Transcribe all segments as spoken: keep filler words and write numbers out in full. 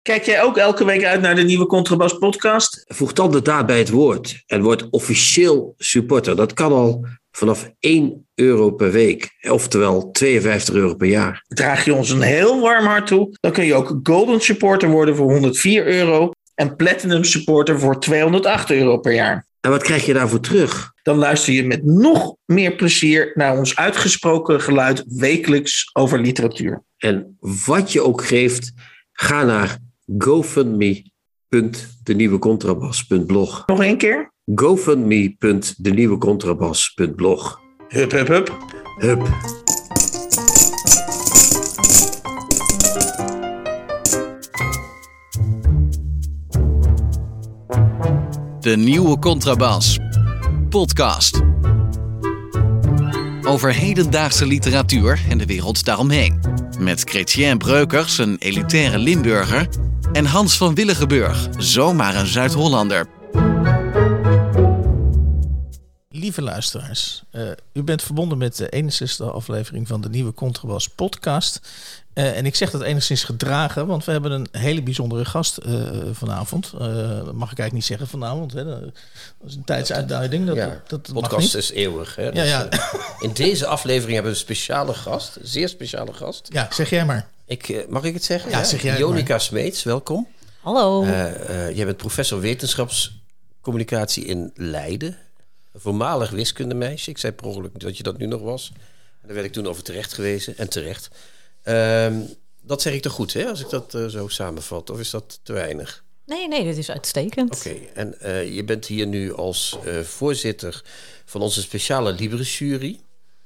Kijk jij ook elke week uit naar de nieuwe Contrabas podcast? Voeg dan de daad bij het woord en word officieel supporter. Dat kan al vanaf één euro per week, oftewel tweeënvijftig euro per jaar. Draag je ons een heel warm hart toe, dan kun je ook Golden Supporter worden voor honderdvier euro en Platinum Supporter voor tweehonderdacht euro per jaar. En wat krijg je daarvoor terug? Dan luister je met nog meer plezier naar ons uitgesproken geluid wekelijks over literatuur. En wat je ook geeft, ga naar gofundme punt de nieuwe contrabas punt blog. Nog één keer? gofundme punt de nieuwe contrabas punt blog. Hup, hup, hup. Hup. De Nieuwe Contrabas podcast. Over hedendaagse literatuur en de wereld daaromheen. Met Chrétien Breukers, een elitaire Limburger, en Hans van Willigenburg, zomaar een Zuid-Hollander. Lieve luisteraars, uh, u bent verbonden met de eenenzestigste aflevering van de Nieuwe Contrabas podcast. Uh, en ik zeg dat enigszins gedragen, want we hebben een hele bijzondere gast uh, vanavond. Uh, dat mag ik eigenlijk niet zeggen vanavond. Hè. Dat is een tijdsuitduiding. Dat, ja, dat, dat de podcast is eeuwig. Hè. Ja, dus, ja. uh, in deze aflevering hebben we een speciale gast. Een zeer speciale gast. Ja, zeg jij maar. Ik, uh, mag ik het zeggen? Ja, zeg jij Jonica maar. Smeets, welkom. Hallo. Uh, uh, jij bent professor wetenschapscommunicatie in Leiden. Een voormalig wiskundemeisje. Ik zei per ongeluk dat je dat nu nog was. En daar werd ik toen over terecht gewezen. En terecht. Uh, dat zeg ik toch goed, hè? Als ik dat uh, zo samenvat. Of is dat te weinig? Nee, nee, dit is uitstekend. Oké, okay. En uh, je bent hier nu als uh, voorzitter van onze speciale Libris-jury.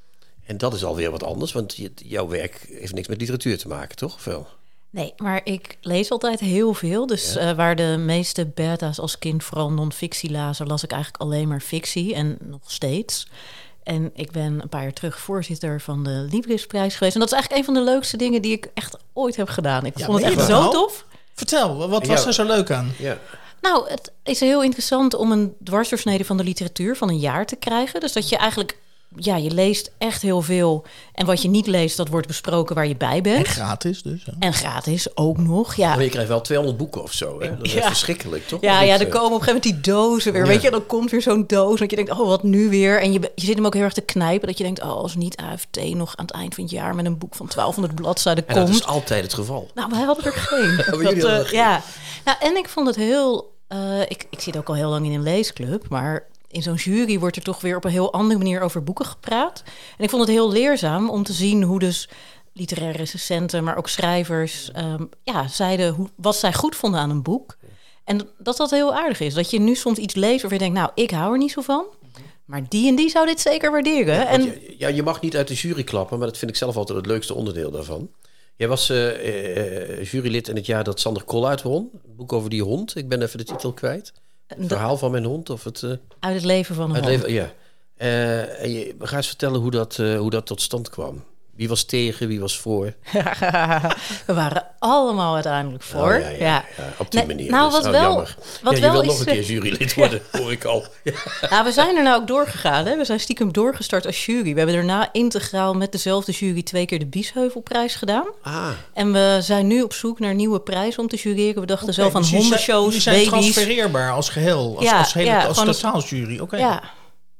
En dat is alweer wat anders, want je, jouw werk heeft niks met literatuur te maken, toch? Of wel? Nee, maar ik lees altijd heel veel. Dus ja. uh, waar de meeste beta's als kind vooral non-fictie lazen, las ik eigenlijk alleen maar fictie en nog steeds. En ik ben een paar jaar terug voorzitter van de Librisprijs geweest. En dat is eigenlijk een van de leukste dingen die ik echt ooit heb gedaan. Ik ja, vond het echt zo nou? tof. Vertel, wat was ja. er zo leuk aan? Ja. Nou, het is heel interessant om een dwarsdoorsnede van de literatuur van een jaar te krijgen. Dus dat je eigenlijk, ja, je leest echt heel veel. En wat je niet leest, dat wordt besproken waar je bij bent. En gratis dus. Ja. En gratis ook nog, ja. Maar je krijgt wel tweehonderd boeken of zo, hè? Dat is ja. verschrikkelijk, toch? Ja, ja, er komen op een gegeven moment die dozen weer. Ja. Weet je, dan komt weer zo'n doos. Dat je denkt, oh, wat nu weer? En je, je zit hem ook heel erg te knijpen. Dat je denkt, oh, als niet A F T nog aan het eind van het jaar met een boek van twaalfhonderd bladzijden en komt. Dat is altijd het geval. Nou, wij hadden er geen. dat, dat, uh, geen. Ja. Nou, en ik vond het heel... Uh, ik, ik zit ook al heel lang in een leesclub, maar in zo'n jury wordt er toch weer op een heel andere manier over boeken gepraat. En ik vond het heel leerzaam om te zien hoe dus literaire recensenten, maar ook schrijvers, um, ja, zeiden hoe, wat zij goed vonden aan een boek. En dat dat heel aardig is. Dat je nu soms iets leest waarvan je denkt, nou, ik hou er niet zo van. Maar die en die zou dit zeker waarderen. Ja, en je, ja, je mag niet uit de jury klappen, maar dat vind ik zelf altijd het leukste onderdeel daarvan. Jij was uh, uh, jurylid in het jaar dat Sander Koolhaart won. Een boek over die hond. Ik ben even de titel kwijt. Het de, verhaal van mijn hond. Of het, uh, uit het leven van een uit hond. Leven, ja. Uh, en je, ga eens vertellen hoe dat, uh, hoe dat tot stand kwam. Wie was tegen, wie was voor? We waren allemaal uiteindelijk voor. Oh, ja, ja, ja. ja, op die nee, manier. Nou, dus. wat oh, wel, wat ja, je wel wil is, nog een keer jurylid worden, hoor ik al. Ja. Nou, we zijn er nou ook doorgegaan. Hè? We zijn stiekem doorgestart als jury. We hebben daarna integraal met dezelfde jury twee keer de Biesheuvelprijs gedaan. Ah. En we zijn nu op zoek naar nieuwe prijzen om te jureren. We dachten okay, zelf aan dus hondenshows, die zijn baby's. transfereerbaar als geheel, als, ja, als, hele, ja, als totaaljury. Oké. Okay. Ja.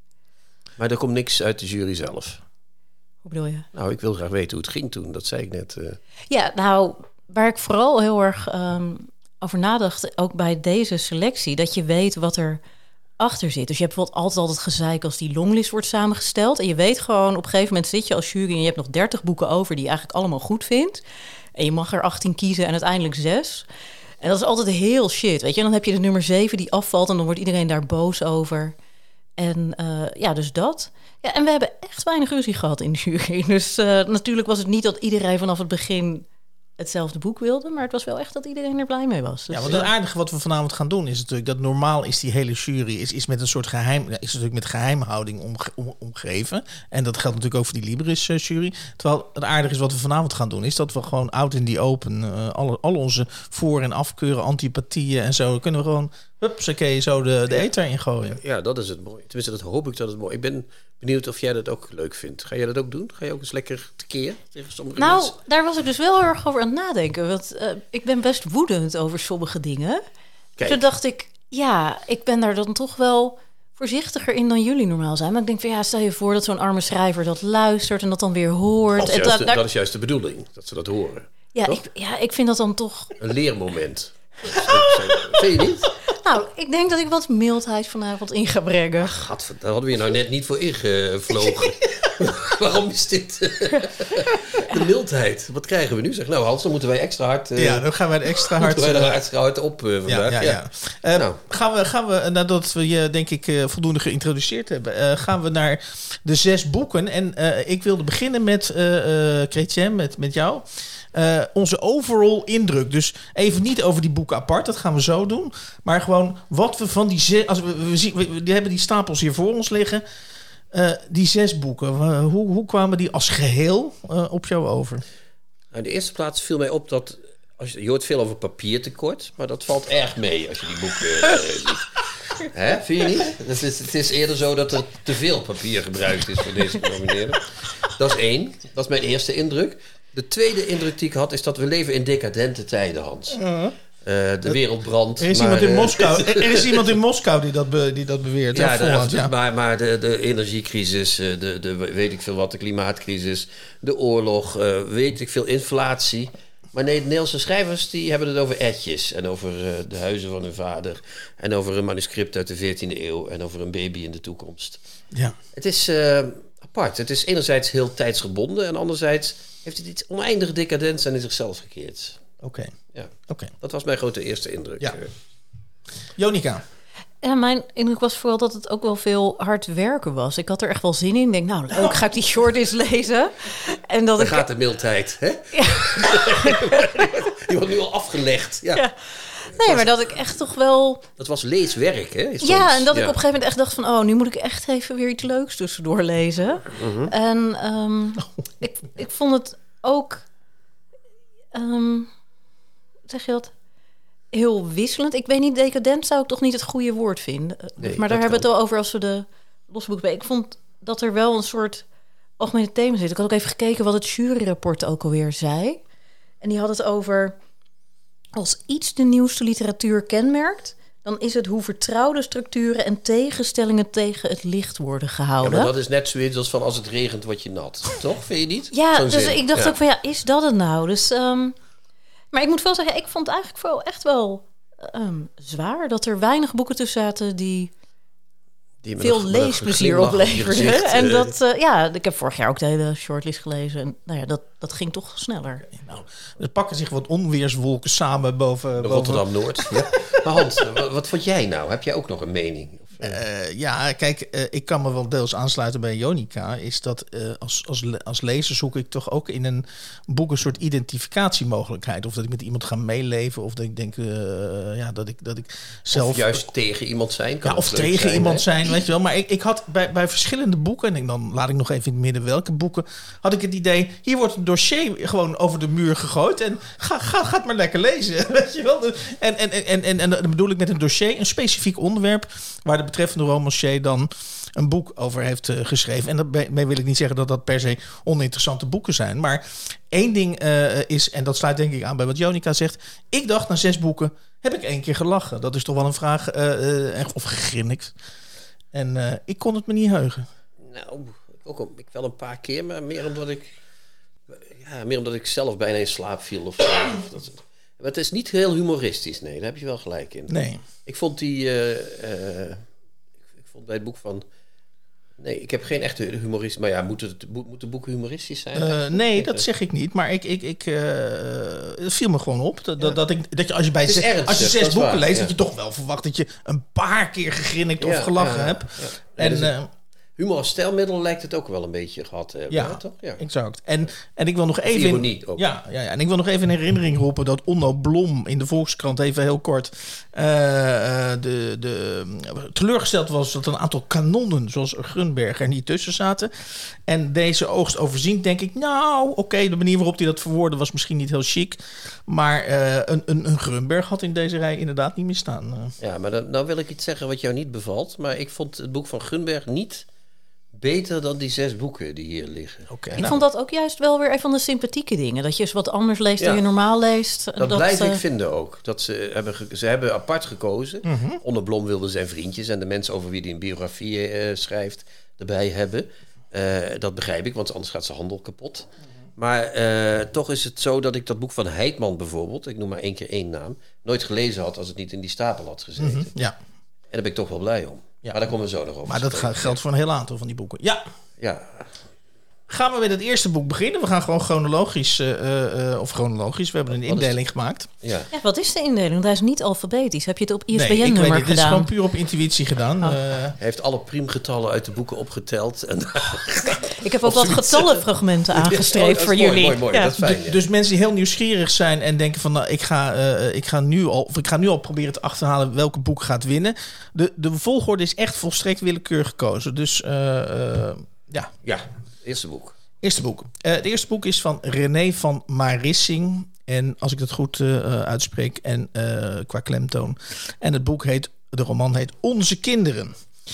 Maar er komt niks uit de jury zelf. Hoe bedoel je? Nou, ik wil graag weten hoe het ging toen. Dat zei ik net. Uh... Ja, nou, waar ik vooral heel erg um, over nadacht, ook bij deze selectie, dat je weet wat er achter zit. Dus je hebt bijvoorbeeld altijd al het gezeik als die longlist wordt samengesteld. En je weet gewoon, op een gegeven moment zit je als jury en je hebt nog dertig boeken over die je eigenlijk allemaal goed vindt. En je mag er achttien kiezen en uiteindelijk zes. En dat is altijd heel shit, weet je. En dan heb je de nummer zeven die afvalt en dan wordt iedereen daar boos over. En uh, ja, dus dat. Ja, en we hebben echt weinig ruzie gehad in de jury. Dus uh, natuurlijk was het niet dat iedereen vanaf het begin hetzelfde boek wilde, maar het was wel echt dat iedereen er blij mee was. Dus, ja, want het aardige wat we vanavond gaan doen is natuurlijk dat normaal is die hele jury is, is met een soort geheim, is natuurlijk met geheimhouding omge, om, omgeven. En dat geldt natuurlijk ook voor die Libris uh, jury. Terwijl het aardige is wat we vanavond gaan doen is dat we gewoon out in the open uh, alle, al onze voor- en afkeuren, antipathieën en zo kunnen we gewoon hup, ze kun je zo de, de ether ingooien. Ja, dat is het mooi. Tenminste, dat hoop ik dat het mooi. Ik ben benieuwd of jij dat ook leuk vindt. Ga jij dat ook doen? Ga je ook eens lekker tekeer tegen sommige Nou, mensen? daar was ik dus wel heel erg over aan het nadenken. Want uh, ik ben best woedend over sommige dingen. Kijk. Toen dacht ik, ja, ik ben daar dan toch wel voorzichtiger in dan jullie normaal zijn. Maar ik denk van, ja, stel je voor dat zo'n arme schrijver dat luistert en dat dan weer hoort. Dat is, en juist, da- de, daar- dat is juist de bedoeling, dat ze dat horen. ja, toch? ik, ja, ik vind dat dan toch... Een leermoment. Vind je niet? Nou, ik denk dat ik wat mildheid vanavond in ga brengen. Gadver, daar hadden we je nou net niet voor ingevlogen. Waarom is dit de mildheid? Wat krijgen we nu? Zeg, nou Hans, dan moeten wij extra hard... Uh, Ja, dan gaan wij er extra hard... moeten wij er uh, extra hard op uh, vandaag. Ja, ja, ja. Ja. Uh, Nou. gaan, we, gaan we, nadat we je denk ik uh, voldoende geïntroduceerd hebben, uh, gaan we naar de zes boeken. En uh, ik wilde beginnen met uh, uh, Chrétien, met, met jou. Uh, onze overall indruk. Dus even niet over die boeken apart, dat gaan we zo doen. Maar gewoon wat we van die zes... Als we, we, zien, we, we hebben die stapels hier voor ons liggen. Uh, die zes boeken, uh, hoe, hoe kwamen die als geheel uh, op jou over? Nou, in de eerste plaats viel mij op dat... Als je, je hoort veel over papiertekort, maar dat valt erg mee als je die boeken uh, ziet. Hè, vind je niet? Het is, het is eerder zo dat er te veel papier gebruikt is voor deze genomineerden. Dat is één. Dat is mijn eerste indruk. De tweede indruk die ik had, is dat we leven in decadente tijden, Hans. Uh, de wereld brandt. Er is, maar, iemand in uh, Moskou, er is iemand in Moskou die dat, be, die dat beweert. Ja, Ja, de, voorhand, ja. maar, maar de, de energiecrisis, de, de weet ik veel wat, de klimaatcrisis, de oorlog, uh, weet ik veel, inflatie. Maar nee, de Nederlandse schrijvers die hebben het over etjes en over uh, de huizen van hun vader en over een manuscript uit de veertiende eeuw en over een baby in de toekomst. Ja. Het is uh, apart. Het is enerzijds heel tijdsgebonden en anderzijds heeft het iets oneindig decadents en in zichzelf gekeerd. Oké. Okay. Ja. Okay. Dat was mijn grote eerste indruk. Ja. Jonica. Ja, mijn indruk was vooral dat het ook wel veel hard werken was. Ik had er echt wel zin in. Ik denk, nou leuk, ga ik die short eens lezen. En dat Daar ik... gaat de mildheid, hè? Ja. Die wordt nu al afgelegd. Ja. Ja. Nee, maar dat ik echt toch wel... Dat was leeswerk, hè? Soms. Ja, en dat ja. ik op een gegeven moment echt dacht van... oh, nu moet ik echt even weer iets leuks tussendoor lezen. Mm-hmm. En um, ik, ik vond het ook... Um, zeg je dat? Heel wisselend. Ik weet niet, decadent zou ik toch niet het goede woord vinden. Nee, maar daar hebben we kan. het al over als we de losse boeken... Ik vond dat er wel een soort algemene thema zit. Ik had ook even gekeken wat het juryrapport ook alweer zei. En die had het over... als iets de nieuwste literatuur kenmerkt... dan is het hoe vertrouwde structuren en tegenstellingen tegen het licht worden Ja, gehouden. maar dat is net zoiets als van als het regent word je nat. Toch? Vind je niet? Ja, Zo'n dus zin. ik dacht Ja. ook van ja, is dat het nou? Dus, um, maar ik moet wel zeggen, ik vond het eigenlijk vooral echt wel um, zwaar... dat er weinig boeken tussen zaten die... Die met veel een- met een leesplezier glimlach op je opleverden. gezicht, En uh, dat, uh, ja, ik heb vorig jaar ook de hele shortlist gelezen. En nou ja, dat, dat ging toch sneller. Nou, er pakken zich wat onweerswolken samen boven... boven Rotterdam-Noord. Ja. Maar Hans, wat, wat vond jij nou? Heb jij ook nog een mening? Of, uh, Uh, ja, kijk, uh, ik kan me wel deels aansluiten bij Jonica. Is dat uh, als, als, als lezer zoek ik toch ook in een boek een soort identificatiemogelijkheid. Of dat ik met iemand ga meeleven. Of dat ik denk uh, ja, dat, ik, dat ik zelf... of juist tegen iemand zijn? Kan Ja, ook of leuk tegen zijn, iemand hè? zijn, weet je wel. Maar ik, ik had bij, bij verschillende boeken... en dan laat ik nog even in het midden welke boeken... had ik het idee, hier wordt een dossier gewoon over de muur gegooid... en ga, ga, ga het maar lekker lezen, weet je wel. En, en, en, en, en dan bedoel ik met een dossier... een specifiek onderwerp... waar de betreffende romancier dan een boek over heeft uh, geschreven. En daarmee wil ik niet zeggen dat dat per se oninteressante boeken zijn. Maar één ding uh, is, en dat sluit denk ik aan bij wat Jonica zegt... ik dacht na zes boeken, heb ik één keer gelachen. Dat is toch wel een vraag, uh, uh, of gegrinnikt. En uh, ik kon het me niet heugen. Nou, ook al- ik wel een paar keer, maar meer omdat ik... Ja, meer omdat ik zelf bijna in slaap viel of zo. Of dat, maar het is niet heel humoristisch, nee, daar heb je wel gelijk in. Nee. Ik vond die... uh, uh, ik vond bij het boek van... Nee, ik heb geen echte humorist. Maar ja, moeten het, moeten boeken humoristisch zijn? Uh, nee, dat zeg ik niet. Maar ik, ik, ik, uh, het viel me gewoon op. Dat, ja. dat, ik, dat je als je bij zes, ernstig, als je zes boeken waar, leest... ja. dat je toch wel verwacht dat je een paar keer gegrinnikt Ja, of gelachen ja, hebt. ja. En, dus uh, humor als stijlmiddel lijkt het ook wel een beetje gehad te hebben. Ja, hè, toch? Ja, exact. En, en ik wil nog even... ironie ook. Ja, ja, ja, en ik wil nog even in herinnering roepen dat Onno Blom in de Volkskrant, even heel kort, uh, de, de, teleurgesteld was dat een aantal kanonnen, zoals Gunberg, er niet tussen zaten. En deze oogst overzien, denk ik, nou, oké, okay, de manier waarop hij dat verwoordde was misschien niet heel chic. Maar uh, een, een, een Gunberg had in deze rij inderdaad niet meer staan. Uh. Ja, maar dan, nou wil ik iets zeggen wat jou niet bevalt. Maar ik vond het boek van Gunberg niet beter dan die zes boeken die hier liggen. Okay, ik nou. vond dat ook juist wel weer een van de sympathieke dingen. Dat je eens wat anders leest ja. dan je normaal leest. Dat, dat blijf uh... ik vinden ook. Dat ze, hebben ge- ze hebben apart gekozen. Mm-hmm. Onno Blom wilde zijn vriendjes en de mensen over wie hij een biografie uh, schrijft erbij hebben. Uh, dat begrijp ik, want anders gaat zijn handel kapot. Mm-hmm. Maar uh, toch is het zo dat ik dat boek van Heitman bijvoorbeeld, ik noem maar één keer één naam, nooit gelezen had als het niet in die stapel had gezeten. Mm-hmm. Ja. En daar ben ik toch wel blij om. Ja. Maar daar komen we zo nog over. Maar dat ga, geldt voor een heel aantal van die boeken. Ja. Ja. Gaan we met het eerste boek beginnen? We gaan gewoon chronologisch, uh, uh, of chronologisch, we hebben een wat indeling gemaakt. Ja. ja, wat is de indeling? Want hij is niet alfabetisch. Heb je het op I S B N-nummer nee, gedaan? Het is gewoon puur op intuïtie gedaan. Oh. Uh, Hij heeft alle priemgetallen uit de boeken opgeteld. En ik heb ook wat getallenfragmenten aangestreept oh, voor mooi, jullie. Mooi, mooi, ja. dat is fijn, ja. Dus mensen die heel nieuwsgierig zijn en denken van, nou, ik ga, uh, ik ga nu al, of ik ga nu al proberen te achterhalen welke boek gaat winnen. De, de volgorde is echt volstrekt willekeurig gekozen. Dus uh, uh, ja. Ja, eerste boek. Eerste boek. Uh, het eerste boek is van René van Marissing. En als ik dat goed uh, uitspreek, en uh, qua klemtoon. En het boek heet, de roman heet Onze Kinderen.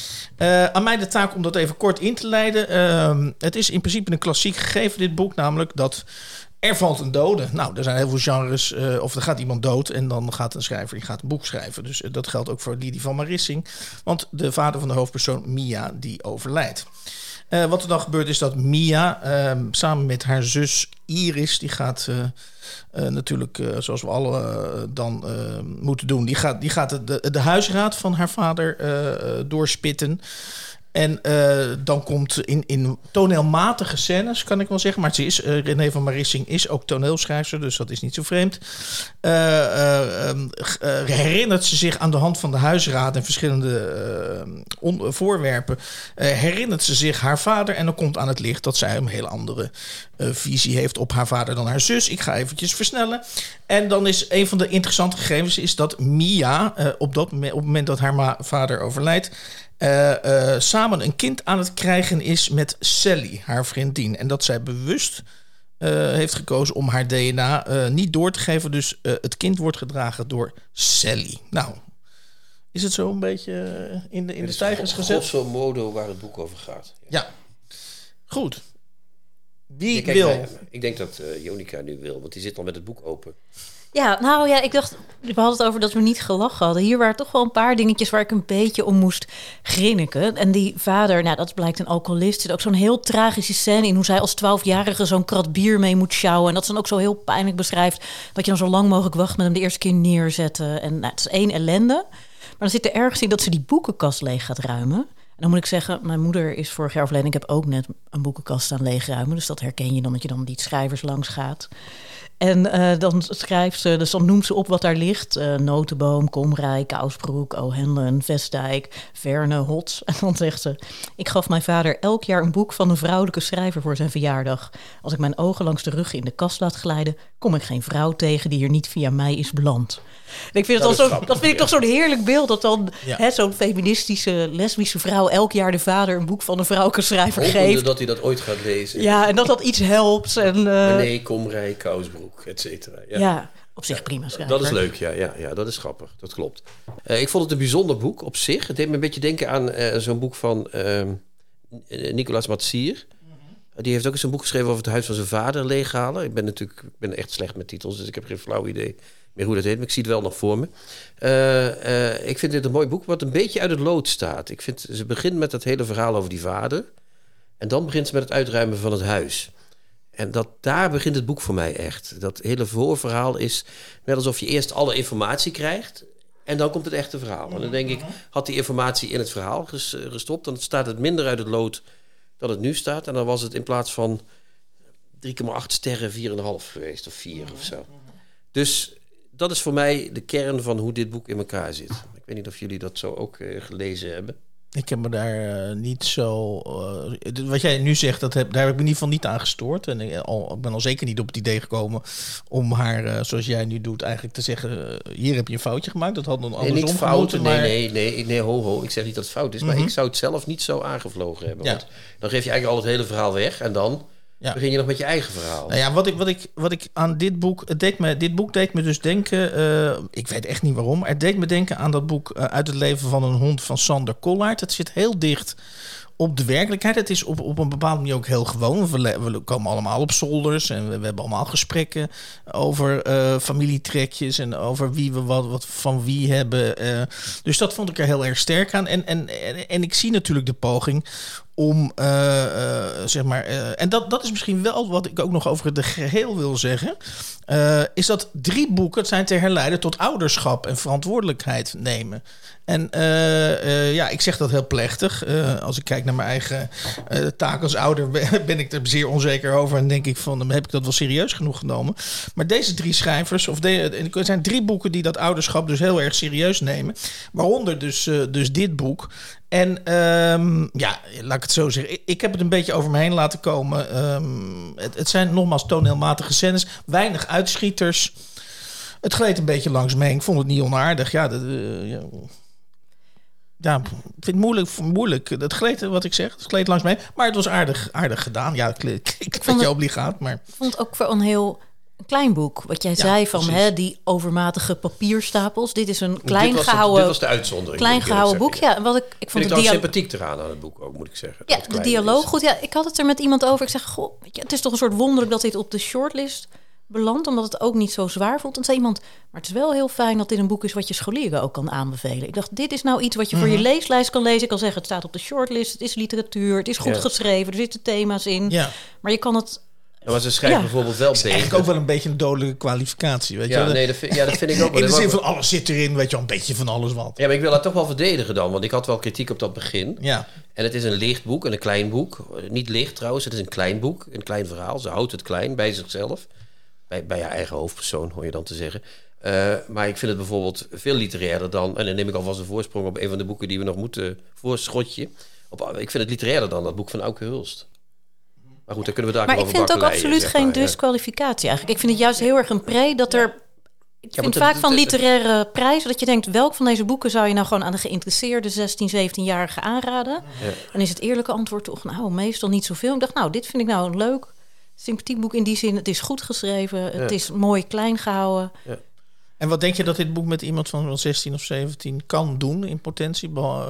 Uh, aan mij de taak om dat even kort in te leiden. Uh, het is in principe een klassiek gegeven, dit boek. Namelijk dat er valt een dode. Nou, er zijn heel veel genres. Uh, of er gaat iemand dood en dan gaat een schrijver die gaat een boek schrijven. Dus uh, dat geldt ook voor Lidie van Marissing. Want de vader van de hoofdpersoon, Mia, die overlijdt. Uh, wat er dan gebeurt is dat Mia uh, samen met haar zus Iris, die gaat uh, uh, natuurlijk, uh, zoals we alle uh, dan uh, moeten doen, die gaat, die gaat de, de huisraad van haar vader uh, doorspitten. En uh, dan komt in, in toneelmatige scènes, kan ik wel zeggen. Maar ze is, uh, René van Marissing is ook toneelschrijfster, dus dat is niet zo vreemd. Uh, uh, uh, herinnert ze zich aan de hand van de huisraad en verschillende uh, on, voorwerpen. Uh, herinnert ze zich haar vader en dan komt aan het licht dat zij een hele andere uh, visie heeft op haar vader dan haar zus. Ik ga eventjes versnellen. En dan is een van de interessante gegevens is dat Mia, uh, op, dat, op het moment dat haar ma- vader overlijdt, Uh, uh, samen een kind aan het krijgen is met Sally, haar vriendin. En dat zij bewust uh, heeft gekozen om haar D N A uh, niet door te geven. Dus uh, het kind wordt gedragen door Sally. Nou, is het zo een beetje in de, in de stijgers gezet? Grosso modo waar het boek over gaat. Ja, ja. Goed. Wie ja, kijk, wil? wij, ik denk dat uh, Jonica nu wil, want die zit al met het boek open. Ja, nou ja, ik dacht, we hadden het over dat we niet gelachen hadden. Hier waren toch wel een paar dingetjes waar ik een beetje om moest grinniken. En die vader, nou dat blijkt een alcoholist. Er zit ook zo'n heel tragische scène in hoe zij als twaalfjarige zo'n krat bier mee moet sjouwen. En dat ze dan ook zo heel pijnlijk beschrijft dat je dan zo lang mogelijk wacht met hem de eerste keer neerzetten. En nou, het is één ellende. Maar dan zit er ergens in dat ze die boekenkast leeg gaat ruimen. En dan moet ik zeggen, mijn moeder is vorig jaar overleden. Ik heb ook net een boekenkast aan leegruimen. Dus dat herken je dan, dat je dan die schrijvers langs gaat. En uh, dan schrijft ze, dus dan noemt ze op wat daar ligt. Uh, Notenboom, Komrij, Kousbroek, O'Hanlon, Vestdijk, Verne, Hots. En dan zegt ze, ik gaf mijn vader elk jaar een boek van een vrouwelijke schrijver voor zijn verjaardag. Als ik mijn ogen langs de rug in de kast laat glijden, kom ik geen vrouw tegen die er niet via mij is beland. En ik vind het dat, zo, dat vind ik toch zo'n heerlijk beeld. Dat dan ja. hè, zo'n feministische, lesbische vrouw elk jaar de vader een boek van een vrouwelijke schrijver Hopende geeft. dat hij dat ooit gaat lezen. Ja, en dat dat iets helpt. En, uh, nee, Komrij, Kousbroek, et cetera. Ja. ja, op zich prima schrijver. Dat is leuk, ja, ja, ja, dat is grappig. Dat klopt. Uh, ik vond het een bijzonder boek op zich. Het deed me een beetje denken aan uh, zo'n boek van uh, Nicolas Matsier. Die heeft ook eens een boek geschreven over het huis van zijn vader leeghalen. Ik ben natuurlijk ik ben echt slecht met titels, dus ik heb geen flauw idee meer hoe dat heet. Maar ik zie het wel nog voor me. Uh, uh, ik vind dit een mooi boek wat een beetje uit het lood staat. Ik vind, ze begint met het hele verhaal over die vader. En dan begint ze met het uitruimen van het huis. En dat, daar begint het boek voor mij echt. Dat hele voorverhaal is net alsof je eerst alle informatie krijgt. En dan komt het echte verhaal. En dan denk ik, had die informatie in het verhaal gestopt, dan staat het minder uit het lood dat het nu staat. En dan was het in plaats van drie komma acht sterren vier komma vijf geweest. Of vier of zo. Dus dat is voor mij de kern van hoe dit boek in elkaar zit. Ik weet niet of jullie dat zo ook uh, gelezen hebben. Ik heb me daar uh, niet zo... Uh, wat jij nu zegt, dat heb, daar heb ik me in ieder geval niet aan gestoord. En ik, al, ik ben al zeker niet op het idee gekomen om haar, uh, zoals jij nu doet, eigenlijk te zeggen... Uh, hier heb je een foutje gemaakt, dat had dan andersom nee, niet fout, gemoeten, maar... nee, nee, nee, nee, ho, ho. Ik zeg niet dat het fout is, Mm-hmm. maar ik zou het zelf niet zo aangevlogen hebben. Ja. Want dan geef je eigenlijk al het hele verhaal weg en dan... Ja. Begin je nog met je eigen verhaal. Nou ja, wat ik, wat ik, wat ik aan dit boek... Het deed me, dit boek deed me dus denken... Uh, ik weet echt niet waarom. Het deed me denken aan dat boek uh, Uit het leven van een hond van Sander Kollaert. Het zit heel dicht op de werkelijkheid. Het is op, op een bepaalde manier ook heel gewoon. We, we komen allemaal op zolders en we, we hebben allemaal gesprekken over uh, familietrekjes en over wie we wat, wat van wie hebben. Uh, dus dat vond ik er heel erg sterk aan. En, en, en, en ik zie natuurlijk de poging om, uh, uh, zeg maar... Uh, en dat, dat is misschien wel wat ik ook nog over het geheel wil zeggen... Uh, is dat drie boeken, het zijn te herleiden tot ouderschap en verantwoordelijkheid nemen. En uh, uh, ja, ik zeg dat heel plechtig. Uh, als ik kijk naar mijn eigen uh, taak als ouder... ben ik er zeer onzeker over en denk ik van... dan heb ik dat wel serieus genoeg genomen. Maar deze drie schrijvers... of de, er zijn drie boeken die dat ouderschap dus heel erg serieus nemen. Waaronder dus, uh, dus dit boek... En um, ja, laat ik het zo zeggen. Ik, ik heb het een beetje over me heen laten komen. Um, het, het zijn nogmaals toneelmatige scènes. Weinig uitschieters. Het gleed een beetje langs me heen. Ik vond het niet onaardig. Ja, dat, uh, ja. ja, ik vind het moeilijk. moeilijk. Het gleed, wat ik zeg, het gleed langs me heen. Maar het was aardig, aardig gedaan. Ja, ik, ik, ik vind je obligaat. Maar... Ik vond het ook voor een heel... een klein boek, wat jij ja, zei van hè, die overmatige papierstapels. Dit is een klein dit was gehouden, het, dit was de uitzondering. Klein gehouden boek, ja. Wat ik, ik vond het dia- sympathiek eraan aan het boek ook, moet ik zeggen. Ja, de dialoog. Is. Goed, ja, ik had het er met iemand over. Ik zeg, goh, het is toch een soort wonderlijk dat dit op de shortlist belandt, omdat het ook niet zo zwaar voelt. En zei iemand, maar het is wel heel fijn dat dit een boek is wat je scholieren ook kan aanbevelen. Ik dacht, dit is nou iets wat je voor mm-hmm. je leeslijst kan lezen. Ik kan zeggen, het staat op de shortlist, het is literatuur, het is goed ja. geschreven, er zitten thema's in. Ja. Maar je kan het... Ja, maar ze schrijven ja. bijvoorbeeld wel beter. Dat is eigenlijk ook wel een beetje een dodelijke kwalificatie. Weet ja, je? Nee, dat vind, ja, dat vind ik ook wel. In de zin van alles zit erin, weet je wel, een beetje van alles wat. Ja, maar ik wil dat toch wel verdedigen dan. Want ik had wel kritiek op dat begin. Ja. En het is een licht boek en een klein boek. Niet licht trouwens, het is een klein boek. Een klein verhaal. Ze houdt het klein bij zichzelf. Bij, bij haar eigen hoofdpersoon, hoor je dan te zeggen. Uh, maar ik vind het bijvoorbeeld veel literairder dan... en dan neem ik alvast een voorsprong op een van de boeken die we nog moeten voorschotje. Op, ik vind het literairder dan dat boek van Auke Hulst. Maar goed, dan kunnen we daar maar over ik vind het ook leiden, absoluut geen maar, disqualificatie eigenlijk. Ik vind het juist heel erg een pre dat er... Ik vind ja, vaak van literaire prijzen dat je denkt... welk van deze boeken zou je nou gewoon aan de geïnteresseerde zestien, zeventien-jarige aanraden? Ja. En is het eerlijke antwoord toch, nou, meestal niet zoveel. Ik dacht, nou, dit vind ik nou een leuk, sympathiek boek in die zin. Het is goed geschreven, ja. Het is mooi klein gehouden. Ja. En wat denk je dat dit boek met iemand van zestien of zeventien kan doen in potentie? Uh...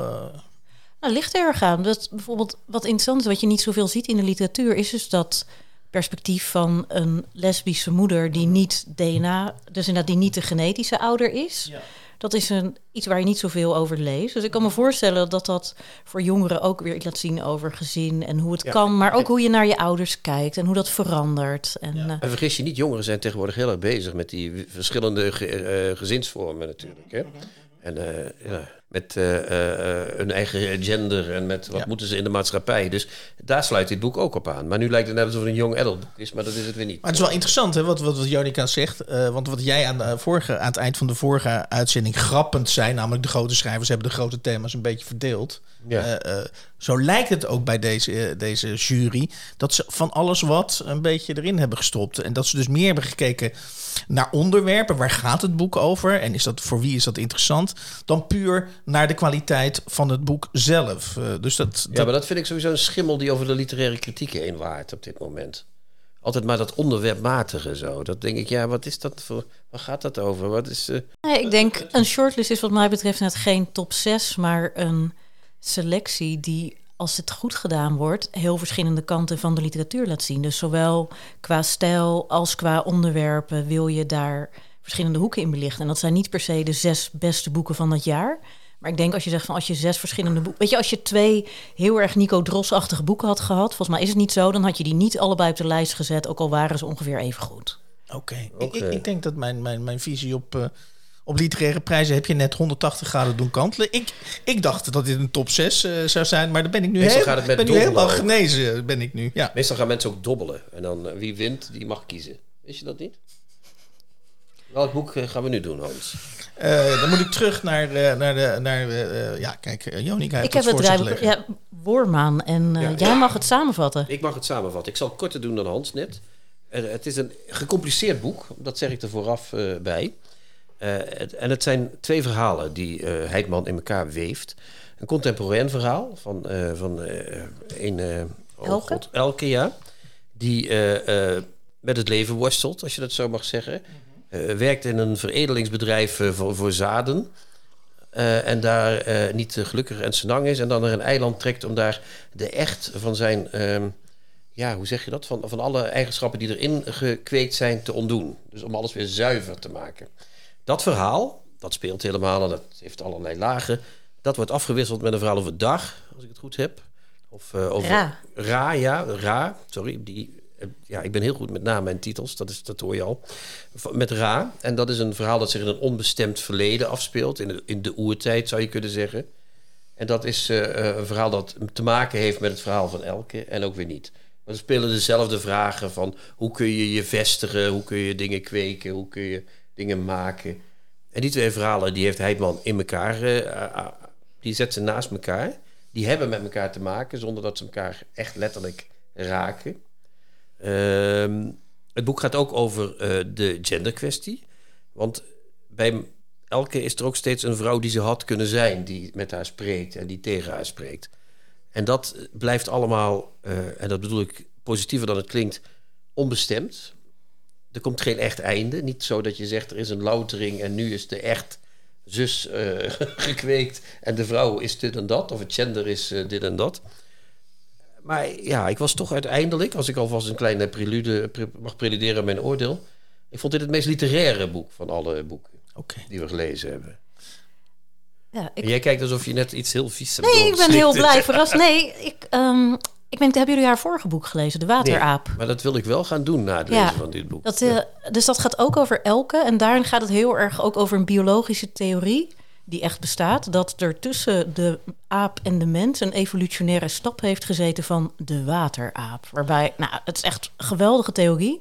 Nou, ligt er erg aan. Dat bijvoorbeeld wat interessant is, wat je niet zoveel ziet in de literatuur, is dus dat perspectief van een lesbische moeder die niet D N A, dus inderdaad die niet de genetische ouder is. Ja. Dat is een, iets waar je niet zoveel over leest. Dus ik kan me voorstellen dat dat voor jongeren ook weer iets laat zien over gezin en hoe het ja. kan, maar ook hoe je naar je ouders kijkt en hoe dat verandert. En, ja. uh, en vergis je niet, jongeren zijn tegenwoordig heel erg bezig met die verschillende ge, uh, gezinsvormen natuurlijk. Hè? Mm-hmm. En uh, ja, met uh, uh, hun eigen gender en met wat ja. moeten ze in de maatschappij. Dus daar sluit dit boek ook op aan. Maar nu lijkt het net alsof het een young adult boek is, maar dat is het weer niet. Maar het is wel interessant, hè, wat, wat, wat Jonica zegt. Uh, want wat jij aan, de vorige, aan het eind van de vorige uitzending grappend zei, namelijk de grote schrijvers hebben de grote thema's een beetje verdeeld. Ja. Uh, uh, zo lijkt het ook bij deze, uh, deze jury, dat ze van alles wat een beetje erin hebben gestopt. En dat ze dus meer hebben gekeken naar onderwerpen. Waar gaat het boek over? En is dat, voor wie is dat interessant? Dan puur naar de kwaliteit van het boek zelf. Uh, dus dat, dat... Ja, maar dat vind ik sowieso een schimmel die over de literaire kritiek heen waait op dit moment. Altijd maar dat onderwerpmatige zo. Dat denk ik, ja, wat is dat voor... Waar gaat dat over? Wat is... Uh... Nee, ik denk, een shortlist is wat mij betreft net geen top zes, maar een selectie die, als het goed gedaan wordt, heel verschillende kanten van de literatuur laat zien. Dus zowel qua stijl als qua onderwerpen wil je daar verschillende hoeken in belichten. En dat zijn niet per se de zes beste boeken van het jaar. Maar ik denk als je zegt van als je zes verschillende boeken... Weet je, als je twee heel erg Nico Dross-achtige boeken had gehad, volgens mij is het niet zo, dan had je die niet allebei op de lijst gezet, ook al waren ze ongeveer even goed. Oké, okay. okay. ik, ik denk dat mijn, mijn, mijn visie op... Uh... Op literaire prijzen heb je net honderdtachtig graden doen kantelen. Ik, ik dacht dat dit een top zes uh, zou zijn, maar dan ben ik nu, heel, ben nu helemaal genezen. Ben ik nu, ja. Meestal gaan mensen ook dobbelen. En dan uh, wie wint, die mag kiezen. Wist je dat niet? Welk boek uh, gaan we nu doen, Hans? Uh, dan moet ik terug naar, uh, naar de... Naar, uh, ja, kijk, uh, Jonica heeft ik heb het draaiboek, ja, Wormaan. En uh, ja, jij ja. mag het samenvatten. Ik mag het samenvatten. Ik zal het korter doen dan Hans net. Uh, het is een gecompliceerd boek. Dat zeg ik er vooraf uh, bij. Uh, het, en het zijn twee verhalen die uh, Heitman in elkaar weeft. Een contemporain verhaal van, uh, van uh, een... Uh, oh Elke? God, Elke, ja. Die uh, uh, met het leven worstelt, als je dat zo mag zeggen. Uh, werkt in een veredelingsbedrijf uh, voor, voor zaden. Uh, en daar uh, niet uh, gelukkig en senang is. En dan naar een eiland trekt om daar de echt van zijn... Uh, ja, hoe zeg je dat? Van, van alle eigenschappen die erin gekweekt zijn te ontdoen. Dus om alles weer zuiver te maken. Dat verhaal, dat speelt helemaal en dat heeft allerlei lagen. Dat wordt afgewisseld met een verhaal over dag, als ik het goed heb. Of uh, over... Ra. Ra, ja. Ra, sorry. Die, uh, ja, ik ben heel goed met namen en titels, dat, is, dat hoor je al. Met Ra. En dat is een verhaal dat zich in een onbestemd verleden afspeelt. In de, in de oertijd, zou je kunnen zeggen. En dat is uh, een verhaal dat te maken heeft met het verhaal van Elke en ook weer niet. Maar er spelen dezelfde vragen van hoe kun je je vestigen, hoe kun je dingen kweken, hoe kun je dingen maken. En die twee verhalen die heeft Heitman in elkaar, uh, die zet ze naast elkaar. Die hebben met elkaar te maken zonder dat ze elkaar echt letterlijk raken. Uh, het boek gaat ook over uh, de genderkwestie. Want bij Elke is er ook steeds een vrouw die ze had kunnen zijn, die met haar spreekt en die tegen haar spreekt. En dat blijft allemaal, uh, en dat bedoel ik positiever dan het klinkt, onbestemd. Er komt geen echt einde. Niet zo dat je zegt, er is een loutering en nu is de echt zus uh, gekweekt en de vrouw is dit en dat, of het gender is uh, dit en dat. Maar ja, ik was toch uiteindelijk, als ik alvast een kleine prelude pre- mag preluderen aan mijn oordeel, ik vond dit het meest literaire boek van alle boeken okay. die we gelezen hebben. Ja, ik... Jij kijkt alsof je net iets heel vies hebt. Nee, ik ben heel blij verrast. Nee, ik, um, ik ben, hebben jullie haar vorige boek gelezen, De Wateraap? Nee, maar dat wil ik wel gaan doen na het ja, lezen van dit boek. Dat, uh, ja. Dus dat gaat ook over Elke. En daarin gaat het heel erg ook over een biologische theorie die echt bestaat. Dat er tussen de aap en de mens een evolutionaire stap heeft gezeten van de wateraap. Waarbij, nou, het is echt een geweldige theorie.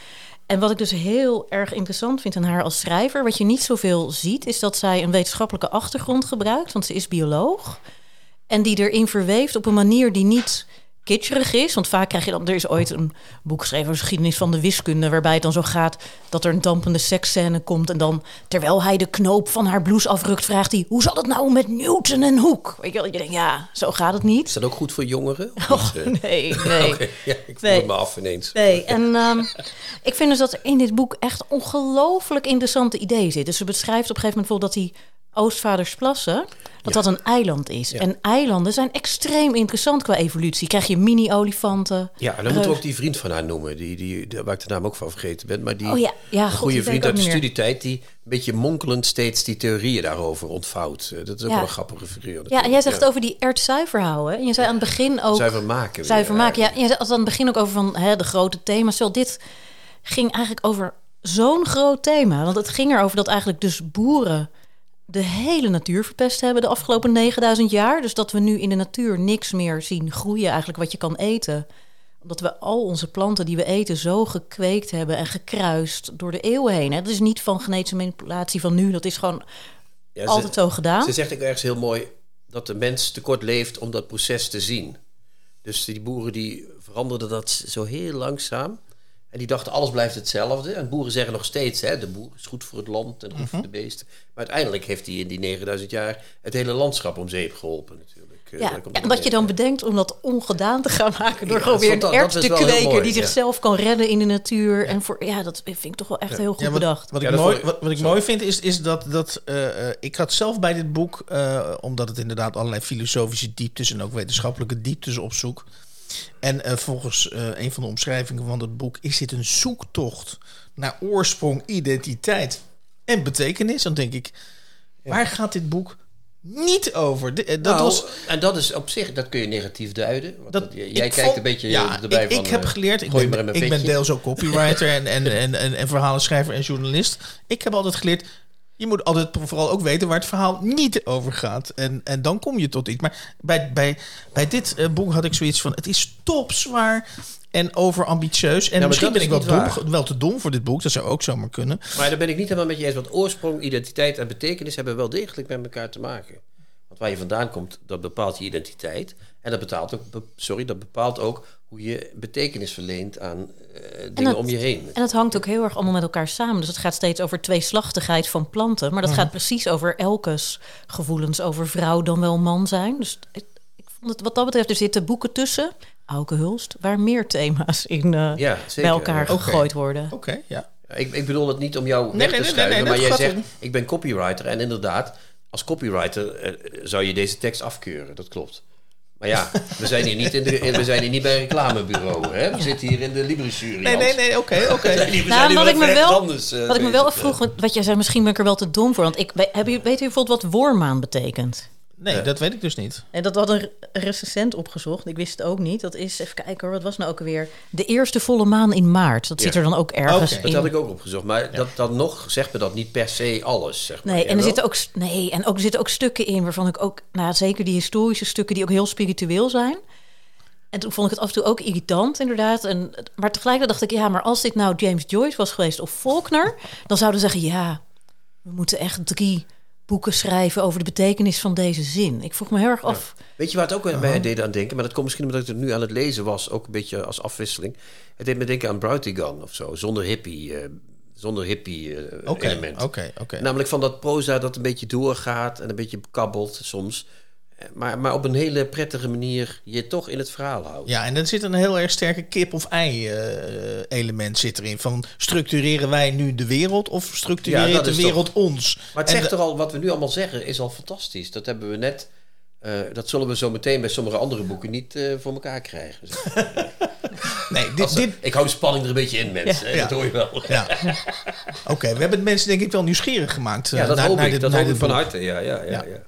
En wat ik dus heel erg interessant vind aan haar als schrijver, wat je niet zoveel ziet, is dat zij een wetenschappelijke achtergrond gebruikt, want ze is bioloog. En die erin verweeft op een manier die niet kitscherig is. Want vaak krijg je dan, er is ooit een boek geschreven over geschiedenis van de wiskunde, waarbij het dan zo gaat dat er een dampende seksscène komt en dan, terwijl hij de knoop van haar blouse afrukt, vraagt hij, hoe zat het nou met Newton en Hooke? Weet je wel, je denkt, ja, zo gaat het niet. Is dat ook goed voor jongeren? Oh, nee, nee. Okay, ja, ik voel nee. het me af ineens. Nee, en um, ik vind dus dat er in dit boek echt ongelooflijk interessante ideeën zitten. Dus ze beschrijft op een gegeven moment bijvoorbeeld dat die Oostvaardersplassen, dat ja. dat een eiland is. Ja. En eilanden zijn extreem interessant qua evolutie. Krijg je mini-olifanten. Ja, en dan moeten we ook die vriend van haar noemen, die, die, die, waar ik de naam ook van vergeten ben. Maar die oh ja, ja, een God, goede vriend uit de meer. studietijd, die een beetje monkelend steeds die theorieën daarover ontvouwt. Dat is ook ja. wel een grappige figuur. Natuurlijk. Ja, en jij zegt ja. over die ert zuiver houden. En je zei aan het begin ook... Zuiver maken. Zuiver weer, maken, ja. En je zei aan het begin ook over van, hè, de grote thema's. Terwijl dit ging eigenlijk over zo'n groot thema. Want het ging erover dat eigenlijk dus boeren de hele natuur verpest hebben de afgelopen negenduizend jaar. Dus dat we nu in de natuur niks meer zien groeien, eigenlijk wat je kan eten. Omdat we al onze planten die we eten zo gekweekt hebben en gekruist door de eeuwen heen. Het is niet van genetische manipulatie van nu, dat is gewoon ja, ze, altijd zo gedaan. Ze zegt ook ergens heel mooi dat de mens te kort leeft om dat proces te zien. Dus die boeren die veranderden dat zo heel langzaam. En die dachten, alles blijft hetzelfde. En boeren zeggen nog steeds, hè, de boer is goed voor het land en goed uh-huh. voor de beesten. Maar uiteindelijk heeft hij in die negenduizend jaar het hele landschap om zeep geholpen natuurlijk. Ja, ja en wat je dan bedenkt om dat ongedaan te gaan maken door ja, gewoon weer een dat, ert dat te kweken mooi, die ja. zichzelf kan redden in de natuur. Ja. En voor, ja, dat vind ik toch wel echt ja. heel goed ja, wat, bedacht. Wat ik, ja, mooi, wat, wat ik mooi vind is, is dat, dat uh, ik had zelf bij dit boek, uh, omdat het inderdaad allerlei filosofische dieptes en ook wetenschappelijke dieptes opzoekt. En uh, volgens uh, een van de omschrijvingen van het boek is dit een zoektocht naar oorsprong, identiteit en betekenis. Dan denk ik, ja. waar gaat dit boek niet over? De, dat nou, was, en dat is op zich, dat kun je negatief duiden. Want dat, dat, jij kijkt vond, een beetje ja, erbij ik, van... Ik heb geleerd, ik ben, ik ben deels ook copywriter en, en, en, en, en verhalenschrijver en journalist. Ik heb altijd geleerd, Je moet altijd vooral ook weten waar het verhaal niet over gaat. En, en dan kom je tot iets. Maar bij, bij, bij dit uh, boek had ik zoiets van... het is topzwaar en overambitieus. En ja, misschien ben ik wel, dom, dom, wel te dom voor dit boek. Dat zou ook zomaar kunnen. Maar daar ben ik niet helemaal met je eens. Want oorsprong, identiteit en betekenis... hebben wel degelijk met elkaar te maken. Want waar je vandaan komt, dat bepaalt je identiteit. En dat bepaalt ook, sorry, dat bepaalt ook hoe je betekenis verleent aan uh, dingen dat, om je heen. En het hangt ook heel erg allemaal met elkaar samen. Dus het gaat steeds over tweeslachtigheid van planten. Maar dat mm. gaat precies over elkes gevoelens over vrouw dan wel man zijn. Dus ik, ik vond het, wat dat betreft, er zitten boeken tussen, Auke Hulst, waar meer thema's in uh, ja, bij elkaar ja. gegooid okay. worden. Oké, okay, ja. Ik, ik bedoel het niet om jou nee, weg nee, te nee, schuiven, nee, nee, maar jij gaat zegt, om. ik ben copywriter en inderdaad, als copywriter uh, zou je deze tekst afkeuren. Dat klopt. Maar ja, we zijn hier niet, in de, we zijn hier niet bij een reclamebureau. Hè? We ja. zitten hier in de Libris-jury. Nee, nee, nee, oké, oké. Okay. Nou, wat ik me wel, anders, uh, wat ik me wel afvroeg, wat jij zei, misschien ben ik er wel te dom voor. Want ik heb, weet u bijvoorbeeld wat woormaan betekent? Nee, uh, dat weet ik dus niet. En dat had een recensent opgezocht. Ik wist het ook niet. Dat is, even kijken hoor, wat was nou ook alweer? De eerste volle maan in maart. Dat ja. zit er dan ook ergens okay. in. Dat had ik ook opgezocht. Maar ja. dat, dat nog zegt me dat niet per se alles, zeg maar. Nee, en er zitten ook, nee, en ook, er zitten ook stukken in waarvan ik ook, nou zeker die historische stukken die ook heel spiritueel zijn. En toen vond ik het af en toe ook irritant, inderdaad. En, maar tegelijkertijd dacht ik, ja, maar als dit nou James Joyce was geweest of Faulkner, dan zouden ze zeggen, ja, we moeten echt drie boeken schrijven over de betekenis van deze zin. Ik vroeg me heel erg af. Ja. Weet je waar het ook uh-huh. mij deed aan denken? Maar dat komt misschien omdat ik het nu aan het lezen was, ook een beetje als afwisseling. Het deed me denken aan Brautigan of zo, zonder hippie, uh, zonder hippie uh, okay, element. Okay, okay. Namelijk van dat proza dat een beetje doorgaat en een beetje kabbelt soms. Maar, maar op een hele prettige manier je toch in het verhaal houdt. Ja, en er zit een heel erg sterke kip-of-ei-element uh, zit erin. Van structureren wij nu de wereld of structureert ja, de wereld toch, ons? Maar het zegt de, er al, wat we nu allemaal zeggen, is al fantastisch. Dat hebben we net, uh, dat zullen we zo meteen bij sommige andere boeken niet uh, voor elkaar krijgen. nee, dit, dit... Ik hou de spanning er een beetje in, mensen. Ja. Dat hoor je wel. Ja. Oké, okay, we hebben het mensen denk ik wel nieuwsgierig gemaakt. Ja, dat naar, hoop naar ik. dit, Dat naar hoop ik van boek. harte. Ja, ja, ja, ja. ja.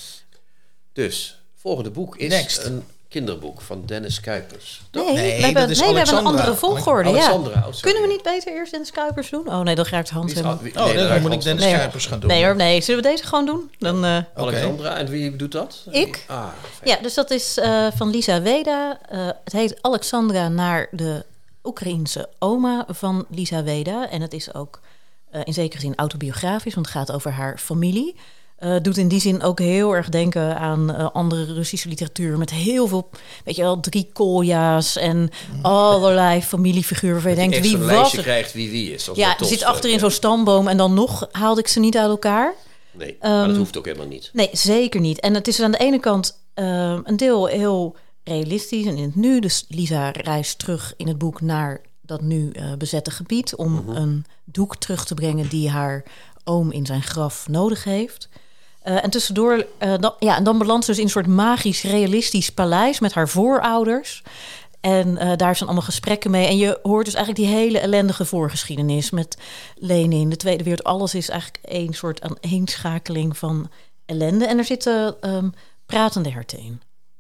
Dus, volgende boek is Next. een kinderboek van Dennis Kuipers. Nee, nee, we, hebben, nee we hebben een andere volgorde. Alexandra, ja. oh, Kunnen we niet beter eerst Dennis Kuipers doen? Oh nee, dan ga ik de hand hebben. Oh, nee, dan, dan moet ik Dennis nee, Kuipers gaan doen. Nee hoor, nee. Zullen we deze gewoon doen? Dan, uh, Alexandra, okay. En wie doet dat? Ik. Ah, ja, dus dat is uh, van Lisa Weda. Uh, het heet Alexandra naar de Oekraïense oma van Lisa Weda. En het is ook uh, in zekere zin autobiografisch, want het gaat over haar familie. Uh, doet in die zin ook heel erg denken aan uh, andere Russische literatuur met heel veel, weet je wel, drie kolja's en allerlei familiefiguren waarvan je denkt, wie was lijstje krijgt wie wie is. Ja, er zit achterin ja. zo'n stamboom en dan nog haalde ik ze niet uit elkaar. Nee, um, maar dat hoeft ook helemaal niet. Nee, zeker niet. En het is aan de ene kant uh, een deel heel realistisch en in het nu. Dus Lisa reist terug in het boek naar dat nu uh, bezette gebied om uh-huh. een doek terug te brengen die haar oom in zijn graf nodig heeft. Uh, en tussendoor, uh, dan, ja, en dan belandt ze dus in een soort magisch, realistisch paleis met haar voorouders. En uh, daar zijn allemaal gesprekken mee. En je hoort dus eigenlijk die hele ellendige voorgeschiedenis met Lenin, de Tweede Wereldoorlog. Alles is eigenlijk één soort aaneenschakeling van ellende. En er zitten um, pratende herten in.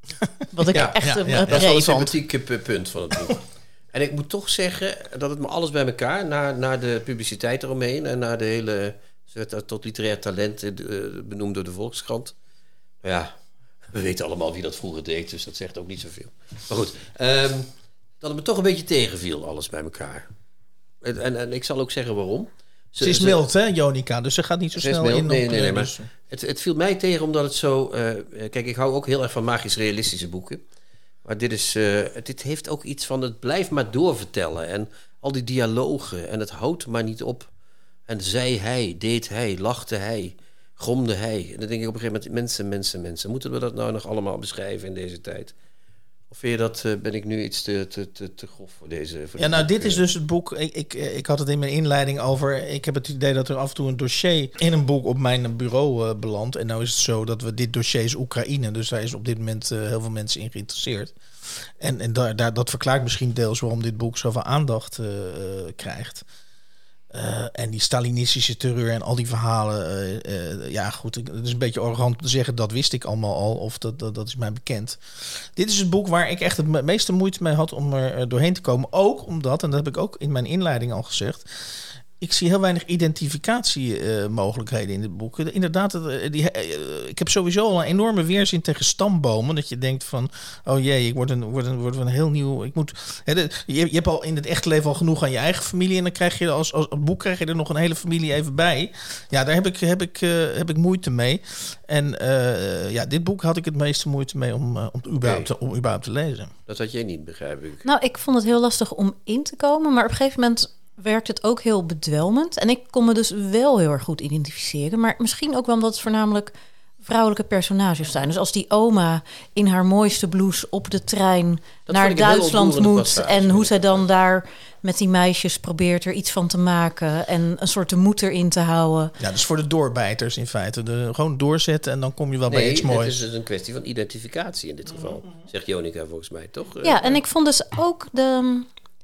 Wat ik ja, echt ja, een ja, dat is wel een sympathieke punt van het boek. En ik moet toch zeggen dat het me alles bij elkaar, na, na de publiciteit eromheen en na de hele, ze werd tot literair talent uh, benoemd door de Volkskrant. Ja, we weten allemaal wie dat vroeger deed, dus dat zegt ook niet zoveel. Maar goed, um, dat het me toch een beetje tegenviel, alles bij elkaar. En, en, en ik zal ook zeggen waarom. Ze, ze is mild, hè, Jonica, dus ze gaat niet zo ze snel in. in. Nee, op, nee, nee, dus. maar het, het viel mij tegen omdat het zo... Uh, kijk, ik hou ook heel erg van magisch realistische boeken. Maar dit, is, uh, dit heeft ook iets van het blijf maar doorvertellen. En al die dialogen en het houdt maar niet op. En zei hij, deed hij, lachte hij, gromde hij. En dan denk ik op een gegeven moment, mensen, mensen, mensen. Moeten we dat nou nog allemaal beschrijven in deze tijd? Of vind je dat, uh, ben ik nu iets te, te, te, te grof voor deze... Voor ja, nou, boek, dit is dus het boek... Ik, ik, ik had het in mijn inleiding over... Ik heb het idee dat er af en toe een dossier in een boek op mijn bureau uh, belandt. En nou is het zo dat we dit dossier is Oekraïne. Dus daar is op dit moment uh, heel veel mensen in geïnteresseerd. En, en daar, daar, dat verklaart misschien deels waarom dit boek zoveel aandacht uh, uh, krijgt. Uh, en die Stalinistische terreur en al die verhalen. Uh, uh, ja, goed, het is een beetje arrogant om te zeggen, dat wist ik allemaal al. Of dat, dat, dat is mij bekend. Dit is het boek waar ik echt het meeste moeite mee had om er doorheen te komen. Ook omdat, en dat heb ik ook in mijn inleiding al gezegd, ik zie heel weinig identificatiemogelijkheden uh, in dit boek. Inderdaad, uh, die, uh, ik heb sowieso al een enorme weerzin tegen stambomen. Dat je denkt van, oh jee, ik word een, word een, word een heel nieuw... Ik moet, hè, de, je, je hebt al in het echte leven al genoeg aan je eigen familie. En dan krijg je als, als, als boek krijg je er nog een hele familie even bij. Ja, daar heb ik, heb ik, uh, heb ik moeite mee. En uh, ja, dit boek had ik het meeste moeite mee om, uh, om, überhaupt, nee. om überhaupt te lezen. Dat had jij niet, begrijp ik. Nou, ik vond het heel lastig om in te komen. Maar op een gegeven moment werkt het ook heel bedwelmend. En ik kon me dus wel heel erg goed identificeren. Maar misschien ook wel omdat het voornamelijk vrouwelijke personages zijn. Dus als die oma in haar mooiste blouse op de trein Dat naar Duitsland moet... passage, en hoe zij dan daar met die meisjes probeert er iets van te maken... en een soort de moed erin te houden. Ja, dus voor de doorbijters in feite. De, gewoon doorzetten en dan kom je wel nee, bij iets moois. Nee, het is dus een kwestie van identificatie in dit geval. Zegt Jonica volgens mij, toch? Ja, en ik vond dus ook de...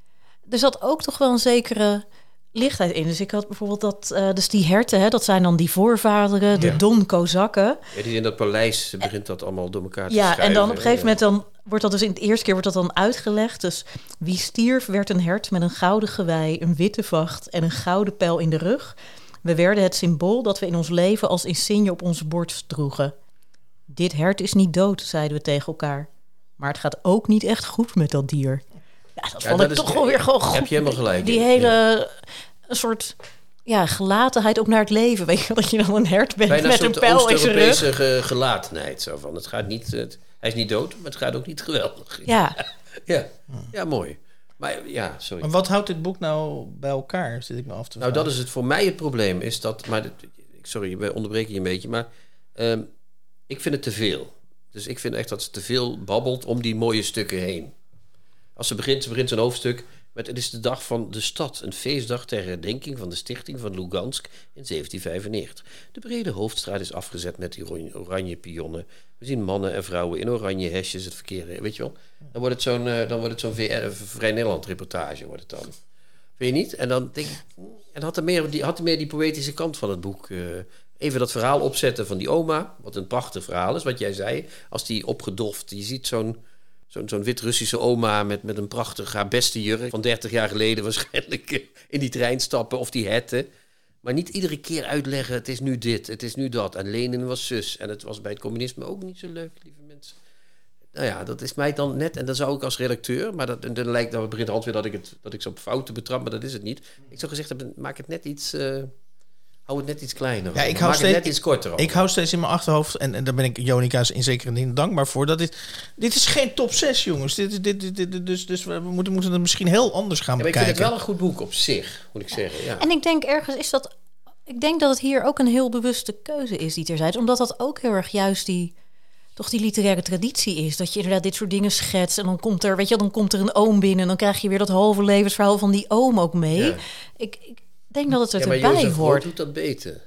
Er zat ook toch wel een zekere lichtheid in. Dus ik had bijvoorbeeld dat... Uh, dus die herten, hè, dat zijn dan die voorvaderen, de Ja. Don-Kozakken. Ja, die in dat paleis begint dat allemaal door elkaar te Ja, schuiven. en dan op een gegeven moment dan wordt dat dus in het eerste keer wordt dat dan uitgelegd. Dus wie stierf werd een hert met een gouden gewei, een witte vacht en een gouden pijl in de rug. We werden het symbool dat we in ons leven als insigne op onze borst droegen. Dit hert is niet dood, zeiden we tegen elkaar. Maar het gaat ook niet echt goed met dat dier. Ja, dat Ja, vond dat ik is- toch wel weer gewoon heb goed. je helemaal gelijk Die in, hele een soort ja, gelatenheid ook naar het leven. Weet je, dat je dan een hert bent Bijna met een een soort pijl in zijn rug. Oost-Europese ge- gelatenheid. Zo van, het gaat niet, het, hij is niet dood, maar het gaat ook niet geweldig. Ja, Ja, ja mooi. Maar ja, sorry. Maar wat houdt dit boek nou bij elkaar, zit ik me af te Nou, vragen. dat is het voor mij het probleem. Is dat, maar dit- sorry, we onderbreken je een beetje, maar ehm, ik vind het te veel. Dus ik vind echt dat ze te veel babbelt om die mooie stukken heen. Als ze begint, ze begint zo'n hoofdstuk met het is de dag van de stad, een feestdag ter herdenking van de stichting van Lugansk in zeventien vijfennegentig. De brede hoofdstraat is afgezet met die ro- oranje pionnen. We zien mannen en vrouwen in oranje hesjes het verkeer, weet je wel. Dan wordt het zo'n, uh, dan wordt het zo'n V R, Vrij Nederland reportage wordt het dan. Vind je niet? En dan denk ik, en had er meer die, had er meer die poëtische kant van het boek. Uh, even dat verhaal opzetten van die oma, wat een prachtig verhaal is, wat jij zei. Als die opgedoft, je ziet zo'n Zo'n zo'n wit-Russische oma met, met een prachtig, haar beste jurk van dertig jaar geleden waarschijnlijk uh, in die trein stappen of die herten. Maar niet iedere keer uitleggen, het is nu dit, het is nu dat. En Lenin was zus. En het was bij het communisme ook niet zo leuk, lieve mensen. Nou ja, dat is mij dan net, en dan zou ik als redacteur, maar dat, dan lijkt dan begint Hans weer dat ik het dat ik ze op fouten betrap, maar dat is het niet. Ik zou gezegd hebben, maak het net iets, uh, hou het net iets kleiner. Ja, ik hou maak steeds, het net iets korter. Ik hou steeds in mijn achterhoofd, en, en daar ben ik Jonica in zekere zin dankbaar voor. Dat dit, dit is geen top zes, jongens. Dit, is- dit, dit, dit, dus, dus we moeten, moeten het misschien heel anders gaan Ja, maar ik bekijken. vind het wel een goed boek op zich, moet ik zeggen. Ja. en ik denk ergens is dat... Ik denk dat het hier ook een heel bewuste keuze is die terzijds. Omdat dat ook heel erg juist die... toch die literaire traditie is. Dat je inderdaad dit soort dingen schetst. En dan komt er, weet je, dan komt er een oom binnen. En dan krijg je weer dat halve levensverhaal van die oom ook mee. Ja. Ik, ik denk dat het er Ja, maar erbij Jozef Rood hoort. doet dat beter.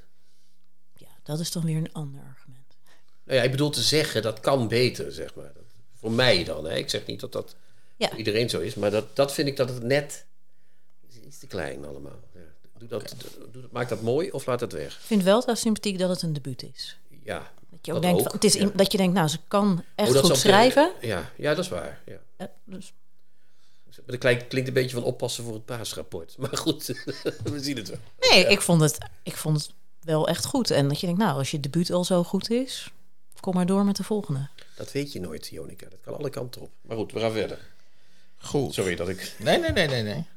Ja, dat is dan weer een ander argument. Nou ja, ik bedoel te zeggen, dat kan beter, zeg maar. Dat, voor mij dan, hè. Ik zeg niet dat dat Ja. voor iedereen zo is, maar dat, dat vind ik dat het net is iets te klein allemaal. Ja. Doe dat, doe, maak dat mooi of laat het weg. Ik vind wel wel sympathiek dat het een debuut is. Ja, Dat je ook dat denkt, ook, van, het is ja. in- dat je denkt, nou, ze kan echt Oh, dat goed ze op de- schrijven. ja, ja, dat is waar. Ja. Ja, dus, Maar dat klinkt, klinkt een beetje van oppassen voor het paasrapport. Maar goed, we zien het wel. nee, ik, vond het, ik vond het wel echt goed. En dat je denkt, nou, als je debuut al zo goed is, kom maar door met de volgende. Dat weet je nooit, Jonica. Dat kan alle kanten op. Maar goed, we gaan verder. Goed. Sorry dat ik... Nee, nee, nee, nee, nee.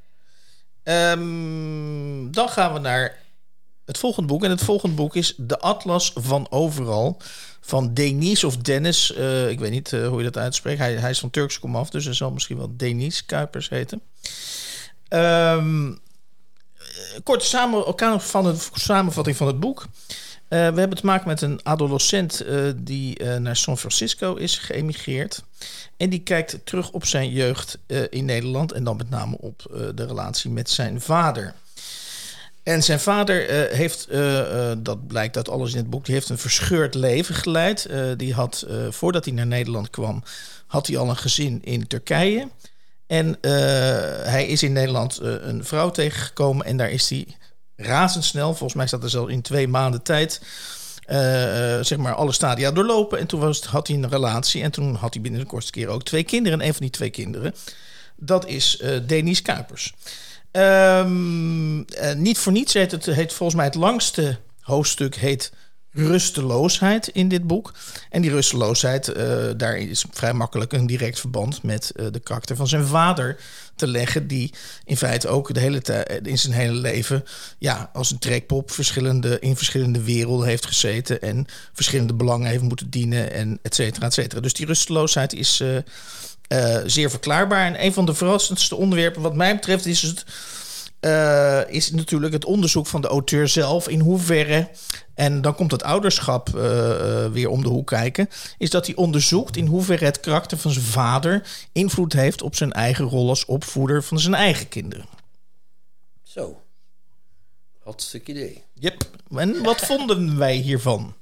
Ehm, dan gaan we naar het volgende boek. En het volgende boek is De Atlas van Overal. Van Denis of Dennis. Uh, ik weet niet uh, hoe je dat uitspreekt. Hij, hij is van Turks komaf, dus hij zal misschien wel Denis Kuipers heten. Um, korte samen, van een samenvatting van het boek. Uh, we hebben te maken met een adolescent uh, die uh, naar San Francisco is geëmigreerd. En die kijkt terug op zijn jeugd uh, in Nederland. En dan met name op uh, de relatie met zijn vader. En zijn vader uh, heeft, uh, uh, dat blijkt uit alles in het boek, die heeft een verscheurd leven geleid. Uh, die had, uh, voordat hij naar Nederland kwam, had hij al een gezin in Turkije. En uh, hij is in Nederland uh, een vrouw tegengekomen en daar is hij razendsnel, volgens mij staat er zelfs in twee maanden tijd, uh, uh, zeg maar alle stadia doorlopen. En toen was het, had hij een relatie en toen had hij binnen de kortste keer ook twee kinderen. En een van die twee kinderen, dat is uh, Denis Kuipers. Um, uh, niet voor niets heet het heet volgens mij het langste hoofdstuk heet rusteloosheid in dit boek. En die rusteloosheid, uh, daar is vrij makkelijk een direct verband met uh, de karakter van zijn vader te leggen, die in feite ook de hele tijd in zijn hele leven ja, als een trekpop verschillende, in verschillende werelden heeft gezeten en verschillende belangen heeft moeten dienen en et cetera, et cetera. Dus die rusteloosheid is uh, uh, zeer verklaarbaar. En een van de verrassendste onderwerpen wat mij betreft is het Uh, is natuurlijk het onderzoek van de auteur zelf. In hoeverre, en dan komt het ouderschap uh, uh, weer om de hoek kijken, is dat hij onderzoekt in hoeverre het karakter van zijn vader invloed heeft op zijn eigen rol als opvoeder van zijn eigen kinderen. Zo. Hartstikke idee. Yep. En wat vonden wij hiervan?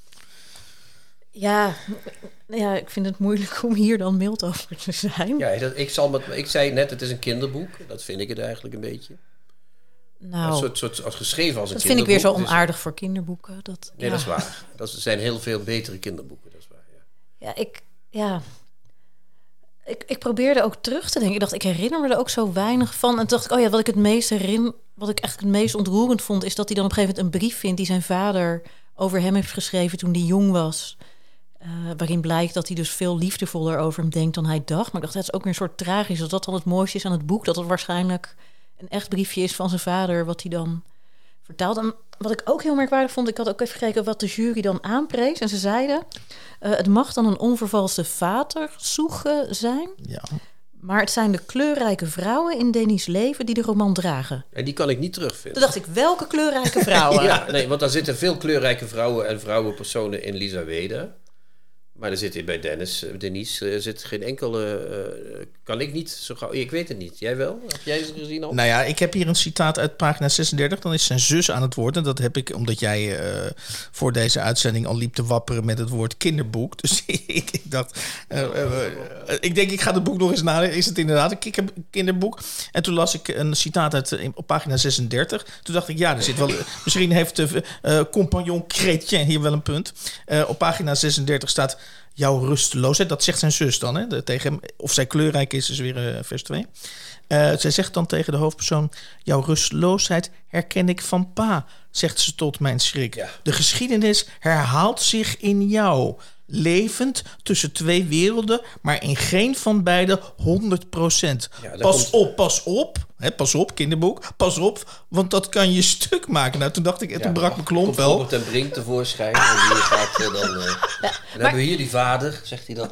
Ja, ja, ik vind het moeilijk om hier dan mild over te zijn. Ja, dat, ik, zal met, ik zei net, het is een kinderboek. Dat vind ik het eigenlijk een beetje. Nou, een soort, soort, als geschreven als een dat vind ik weer zo kinderboek. onaardig voor kinderboeken. Dat, Nee, ja. dat is waar. Dat zijn heel veel betere kinderboeken. Dat is waar, ja. Ja, ik, ja. Ik, ik probeerde ook terug te denken. Ik dacht, ik herinner me er ook zo weinig van. En toen dacht ik, oh ja, wat ik het meest herinner, wat ik eigenlijk het meest ontroerend vond, is dat hij dan op een gegeven moment een brief vindt die zijn vader over hem heeft geschreven toen hij jong was. Uh, waarin blijkt dat hij dus veel liefdevoller over hem denkt dan hij dacht. Maar ik dacht, dat is ook weer een soort tragisch. Dat dat dan het mooiste is aan het boek. Dat het waarschijnlijk een echt briefje is van zijn vader, wat hij dan vertaalt. En wat ik ook heel merkwaardig vond, ik had ook even gekeken wat de jury dan aanprees. En ze zeiden, uh, het mag dan een onvervalste vaterzoege zijn. Ja. Maar het zijn de kleurrijke vrouwen in Denny's leven die de roman dragen. En die kan ik niet terugvinden. Toen dacht ik, welke kleurrijke vrouwen? Ja, nee, want daar zitten veel kleurrijke vrouwen en vrouwenpersonen in Lisa Weder. Maar er zit bij Dennis, Denise uh, zit geen enkele... Uh, kan ik niet zo gauw... Ik weet het niet. Jij wel? Heb jij ze gezien al? Nou ja, ik heb hier een citaat uit pagina zesendertig. Dan is zijn zus aan het woord. En dat heb ik omdat jij uh, voor deze uitzending al liep te wapperen met het woord kinderboek. Dus ik, ik dacht... Uh, uh, uh, ik denk, ik ga het boek nog eens nadenken. Is het inderdaad een kinderboek? En toen las ik een citaat uit uh, op pagina zesendertig. Toen dacht ik, ja, er zit wel... misschien heeft de uh, compagnon Chrétien hier wel een punt. Uh, op pagina zesendertig staat... jouw rusteloosheid, dat zegt zijn zus dan, hè, de, tegen hem. Of zij kleurrijk is, is weer uh, vers twee. Uh, zij zegt dan tegen de hoofdpersoon... jouw rusteloosheid herken ik van pa, zegt ze tot mijn schrik. Ja. De geschiedenis herhaalt zich in jou. Levend tussen twee werelden, maar in geen van beide honderd procent. Ja, pas komt... op, pas op. Hè, pas op, kinderboek. Pas op, want dat kan je stuk maken. Nou, toen dacht ik, en toen ja, brak mijn klomp wel. Robert ten Brink tevoorschijn. En die gaat uh, dan... Uh, ja, dan maar... hebben we hier die vader, zegt hij dan.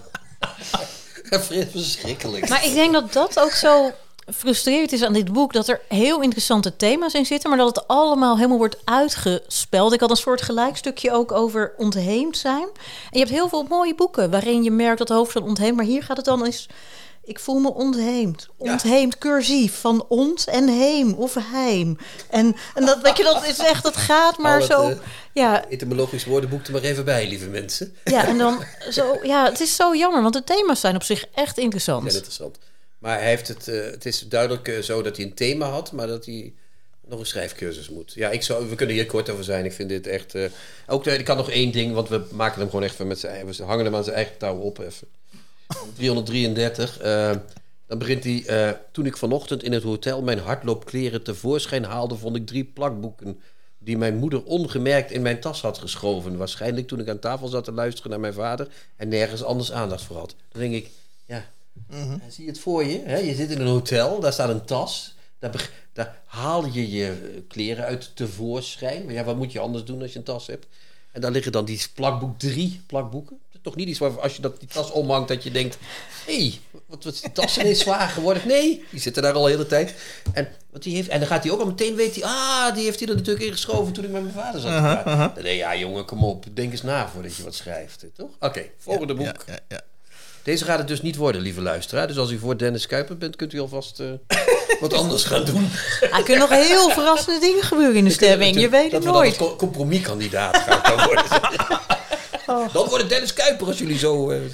Verschrikkelijk. Maar ik denk dat dat ook zo frustrerend is aan dit boek, dat er heel interessante thema's in zitten, maar dat het allemaal helemaal wordt uitgespeld. Ik had een soort gelijkstukje ook over ontheemd zijn. En je hebt heel veel mooie boeken waarin je merkt dat de hoofdpersoon ontheemd, maar hier gaat het dan eens... Ik voel me ontheemd. Ontheemd, cursief, van ont en heem of heim. En, en dat, weet je, dat is echt, dat gaat maar het, zo... Uh, ja. Etymologisch woordenboek er maar even bij, lieve mensen. Ja, en dan zo... Ja, het is zo jammer, want de thema's zijn op zich echt interessant. Ja, interessant. Maar hij heeft het, uh, het is duidelijk uh, zo dat hij een thema had, maar dat hij nog een schrijfcursus moet. Ja, ik zou, we kunnen hier kort over zijn. Ik vind dit echt... Uh, ook, uh, ik kan nog één ding, want we maken hem gewoon echt met zijn, we hangen hem aan zijn eigen touw op even. driehonderddrieëndertig. Uh, dan begint hij... Uh, toen ik vanochtend in het hotel mijn hardloopkleren tevoorschijn haalde, vond ik drie plakboeken die mijn moeder ongemerkt in mijn tas had geschoven. Waarschijnlijk toen ik aan tafel zat te luisteren naar mijn vader en nergens anders aandacht voor had. Dan denk ik, ja, mm-hmm. zie je het voor je? Hè? Je zit in een hotel, daar staat een tas. Daar, be- daar haal je je kleren uit tevoorschijn. Maar ja, wat moet je anders doen als je een tas hebt? En daar liggen dan die plakboek, drie plakboeken. Toch niet iets waar als je dat, die tas omhangt dat je denkt... hé, hey, wat, wat is die tas ineens zwaar geworden? Nee, die zitten daar al de hele tijd. En, wat die heeft, en dan gaat hij ook al meteen, weet hij... ah, die heeft hij er natuurlijk ingeschoven toen ik met mijn vader zat. Uh-huh, uh-huh. Dan denk je, ja jongen, kom op. Denk eens na voordat je wat schrijft. Toch? Oké, okay, volgende ja, boek. Ja, ja, ja. Deze gaat het dus niet worden, lieve luisteraar. Dus als u voor Dennis Kuiper bent, kunt u alvast uh, wat anders gaan doen. Er kunnen nog heel verrassende dingen gebeuren in de stemming. Je weet het nooit. Dat we dan een compromiskandidaat gaan, gaan worden. Oh. Dan wordt het Dennis Kuiper als jullie zo... Uh...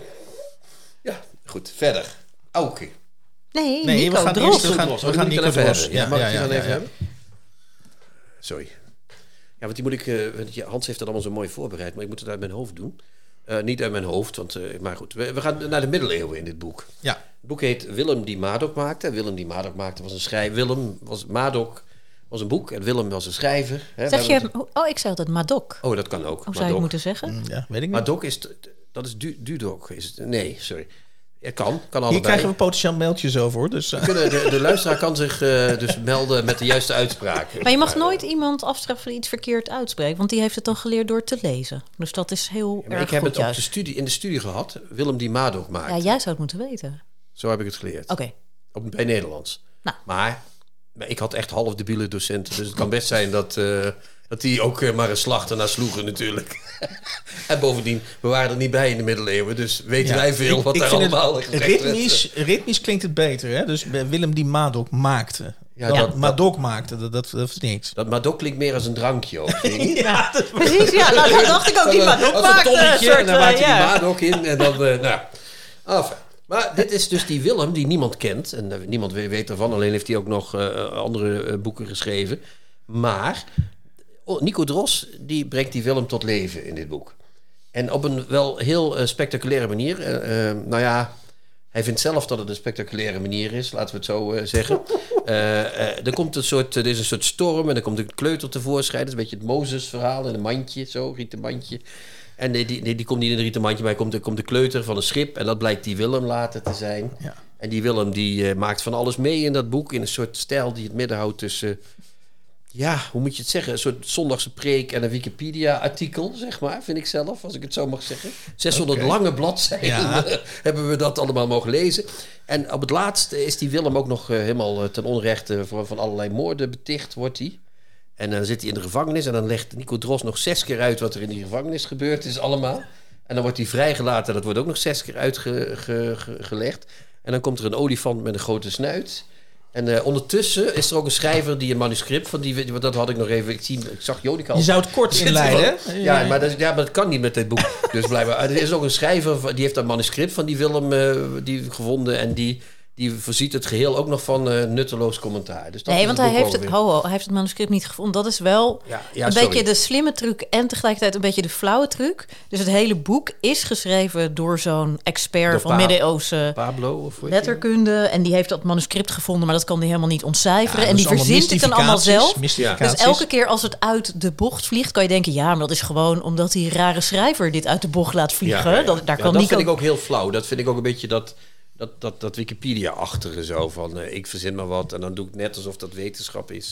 Ja, goed. Verder. Auke. Nee, nee Nico we gaan Drost. eerst we gaan, we gaan, gaan Nico even Drost. hebben. Ja, ja, mag ja, ik die ja, dan ja, even ja. hebben? Sorry. Ja, want die moet ik... Uh, Hans heeft dat allemaal zo mooi voorbereid, maar ik moet het uit mijn hoofd doen. Uh, niet uit mijn hoofd, want, uh, maar goed. We, we gaan naar de middeleeuwen in dit boek. Ja. Het boek heet Willem die Madoc maakte. Willem die Madoc maakte was een schrijver. Willem was Madoc was een boek en Willem was een schrijver. Hè. Zeg je, het... oh, ik zei altijd Madoc. Oh, dat kan ook. Hoe zou je het moeten zeggen? Ja, weet ik niet. Madoc is, dat is du, Dudok. Is het? Nee, sorry. Het kan, kan allebei. Hier krijgen we potentieel mailtjes over, hoor. Dus, uh. Kunnen, de, de luisteraar kan zich uh, dus melden met de juiste uitspraak. Maar je mag maar, nooit uh, iemand afstraffen die iets verkeerd uitspreekt, want die heeft het dan geleerd door te lezen. Dus dat is heel ja, erg ik heb goed het juist. op de studie, in de studie gehad, Willem die Madoc maakte. Ja, jij zou het moeten weten. Zo heb ik het geleerd. Oké. Okay. Op bij Nederlands. Nou. Maar, maar ik had echt half debiele docenten, dus het kan best zijn dat... Uh, Dat die ook uh, maar een slag ernaar sloegen natuurlijk. En bovendien, we waren er niet bij in de middeleeuwen. Dus weten ja, wij veel ik, wat ik daar allemaal gezegd ritmisch, werd. Ritmisch klinkt het beter. Hè? Dus Willem die Madoc maakte. Ja, dat, dat, Madoc maakte, dat, dat, dat is niks. Dat Madoc klinkt meer als een drankje ook. Ja, dat precies. Ja, nou, dat dacht ik ook. Die Madoc als maakte. Als een tonnetje, en dan uh, maakt hij ja. die Madoc in. En dan, uh, nou, enfin. Maar dit is dus die Willem die niemand kent. En uh, niemand weet ervan. Alleen heeft hij ook nog uh, andere uh, boeken geschreven. Maar... Nico Dross die brengt die Willem tot leven in dit boek. En op een wel heel uh, spectaculaire manier. Uh, uh, nou ja, hij vindt zelf dat het een spectaculaire manier is, laten we het zo uh, zeggen. Uh, uh, er komt een soort, er is een soort storm en er komt een kleuter tevoorschijn. Dat is een beetje het Mozes-verhaal in een mandje, zo, rieten mandje. En die, die, die komt niet in een rieten mandje, maar er komt, er komt de kleuter van een schip en dat blijkt die Willem later te zijn. Ja. En die Willem die uh, maakt van alles mee in dat boek in een soort stijl die het midden houdt tussen... Uh, Ja, hoe moet je het zeggen? Een soort zondagse preek en een Wikipedia-artikel, zeg maar, vind ik zelf, als ik het zo mag zeggen. zeshonderd okay. lange bladzijden ja. hebben we dat allemaal mogen lezen. En op het laatste is die Willem ook nog uh, helemaal uh, ten onrechte van, van allerlei moorden beticht, wordt hij. En dan zit hij in de gevangenis en dan legt Nico Dross nog zes keer uit wat er in die gevangenis gebeurd is allemaal. En dan wordt hij vrijgelaten, dat wordt ook nog zes keer uitgelegd. En dan komt er een olifant met een grote snuit... En uh, ondertussen is er ook een schrijver die een manuscript van die, dat had ik nog even, ik, zie, ik zag Jonica al. Je zou het kort inleiden. Ja, maar dat, ja, maar dat kan niet met dit boek. Dus blijkbaar. Er is ook een schrijver die heeft een manuscript van die Willem uh, die gevonden en die, die voorziet het geheel ook nog van uh, nutteloos commentaar. Dus dat nee, want hij heeft, het, ho, ho, hij heeft het manuscript niet gevonden. Dat is wel ja, ja, een sorry. beetje de slimme truc en tegelijkertijd een beetje de flauwe truc. Dus het hele boek is geschreven door zo'n expert door van pa- middeleeuwse Pablo, of letterkunde. En die heeft dat manuscript gevonden, maar dat kan hij helemaal niet ontcijferen. Ja, en die verzint het dan allemaal zelf. Dus elke keer als het uit de bocht vliegt, kan je denken... ja, maar dat is gewoon omdat die rare schrijver dit uit de bocht laat vliegen. Ja, ja, ja. Dat, daar ja, kan dat Nico... vind ik ook heel flauw. Dat vind ik ook een beetje dat... Dat, dat, dat Wikipedia-achtige zo van uh, ik verzin maar wat en dan doe ik net alsof dat wetenschap is.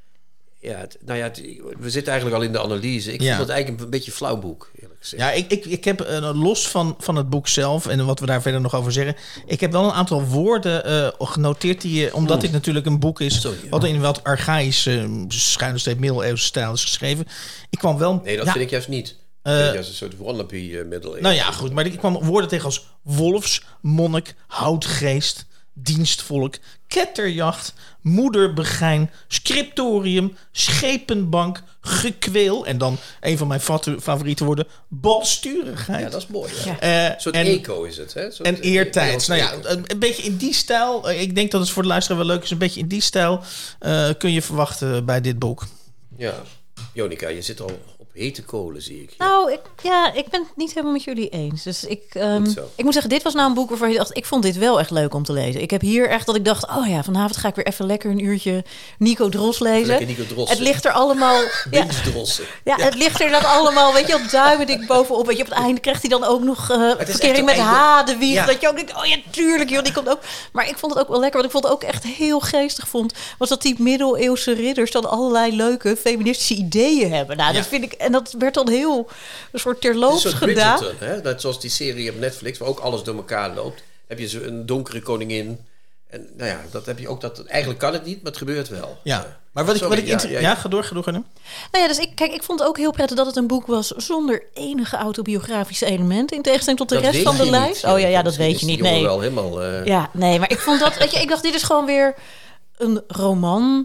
Ja, het, nou ja, het, we zitten eigenlijk al in de analyse. Ik ja. vond het eigenlijk een, een beetje een flauw boek, eerlijk gezegd. Ja, ik, ik, ik heb uh, los van, van het boek zelf en wat we daar verder nog over zeggen... ik heb wel een aantal woorden uh, genoteerd die... Uh, omdat mm. dit natuurlijk een boek is... Sorry, wat in wat archaïsche, uh, schuine streep middeleeuwse stijl is geschreven. Ik kwam wel... Nee, dat ja, vind ik juist niet. Uh, dat is een soort wannabe uh, middeleeuwen. Nou ja, goed. Maar ik kwam woorden tegen als wolfs, monnik, houtgeest, dienstvolk, ketterjacht, moederbegijn, scriptorium, schepenbank, gekweel. En dan een van mijn favoriete woorden, balsturigheid. Ja, dat is mooi. Ja. Ja. Uh, een soort en, eco is het. Hè? Soort en eertijds. Nou ja, een, een beetje in die stijl. Uh, ik denk dat het voor de luisteraar wel leuk is. Een beetje in die stijl uh, kun je verwachten bij dit boek. Ja. Jonica, je zit al... hete kolen, zie ik. Ja. Nou, ik, ja, ik ben het niet helemaal met jullie eens. Dus ik, um, ik moet zeggen, dit was nou een boek waarvan je dacht... ik vond dit wel echt leuk om te lezen. Ik heb hier echt dat ik dacht... oh ja, vanavond ga ik weer even lekker een uurtje Nico Dross lezen. Nico Dross. Het ligt er allemaal... ja, ja, ja, het ligt er dan allemaal, weet je, op duimen dik bovenop. Weet je, op het einde krijgt hij dan ook nog uh, verkering met Hadewieg. Ja. Dat je ook denkt, oh ja, tuurlijk, joh, die komt ook... Maar ik vond het ook wel lekker. Wat ik vond het ook echt heel geestig vond... was dat die middeleeuwse ridders dan allerlei leuke feministische ideeën hebben. Nou, ja. dat vind ik... En dat werd dan heel een soort terloops een soort gedaan. Bridgerton, hè? Net zoals die serie op Netflix, waar ook alles door elkaar loopt. Heb je zo een donkere koningin. En nou ja, dat heb je ook. Dat, eigenlijk kan het niet, maar het gebeurt wel. Ja, maar wat Sorry, ik, wat ik inter- ja, ja, ga door, ga door. Nou ja, dus ik, kijk, ik vond het ook heel prettig dat het een boek was zonder enige autobiografische elementen, in tegenstelling tot de dat rest van de lijst. Oh ja, ja, dat weet je niet. Nee, wel helemaal. Uh... Ja, nee, maar ik vond dat. Weet je, ik dacht, dit is gewoon weer een roman,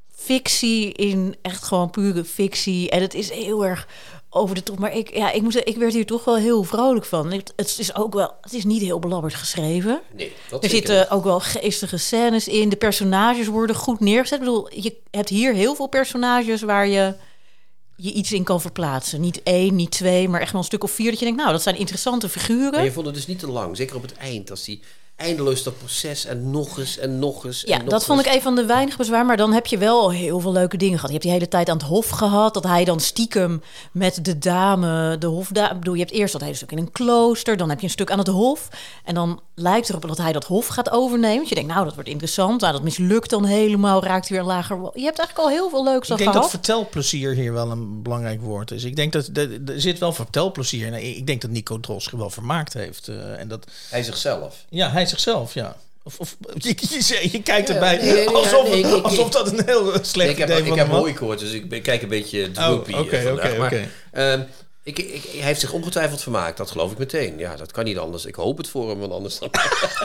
fictie in echt gewoon pure fictie, en het is heel erg over de top. Maar ik, ja, ik moet zeggen, ik werd hier toch wel heel vrolijk van. Het, het is ook wel, het is niet heel belabberd geschreven. Nee, dat er zitten niet. Ook wel geestige scènes in. De personages worden goed neergezet. Ik bedoel, je hebt hier heel veel personages waar je je iets in kan verplaatsen. Niet één, niet twee, maar echt wel een stuk of vier. Dat je denkt, nou, dat zijn interessante figuren. Maar je vond het dus niet te lang. Zeker op het eind. Als die eindeloos dat proces en nog eens en nog eens. En Ja, nog dat eens. vond ik een van de weinige bezwaar. Maar dan heb je wel heel veel leuke dingen gehad. Je hebt die hele tijd aan het hof gehad. Dat hij dan stiekem met de dame, de hofdame... Ik bedoel, je hebt eerst dat hele stuk in een klooster. Dan heb je een stuk aan het hof. En dan lijkt erop dat hij dat hof gaat overnemen. Dus je denkt, nou, dat wordt interessant. Nou, dat mislukt dan helemaal. Raakt weer een lager... Je hebt eigenlijk al heel veel leuks al Ik denk gehad. dat vertelplezier hier wel een belangrijk woord is. Ik denk dat er zit wel vertelplezier in. Ik denk dat Nico Drost wel vermaakt heeft. Uh, en dat, Hij zichzelf. ja, hij zichzelf, ja. Of, of je, je, je kijkt Ja, erbij nee, nee, alsof, nee, ik- ik- alsof dat een heel slecht Nee, ik heb, idee ik van heb hem was. hooikoorts, dus ik ben- kijk een beetje Oh, droopy. oké, eh, vandaag. oké, Maar, oké. ehm, ik, ik, hij heeft zich ongetwijfeld vermaakt, dat geloof ik meteen. Ja, dat kan niet anders. Ik hoop het voor hem, want anders dan,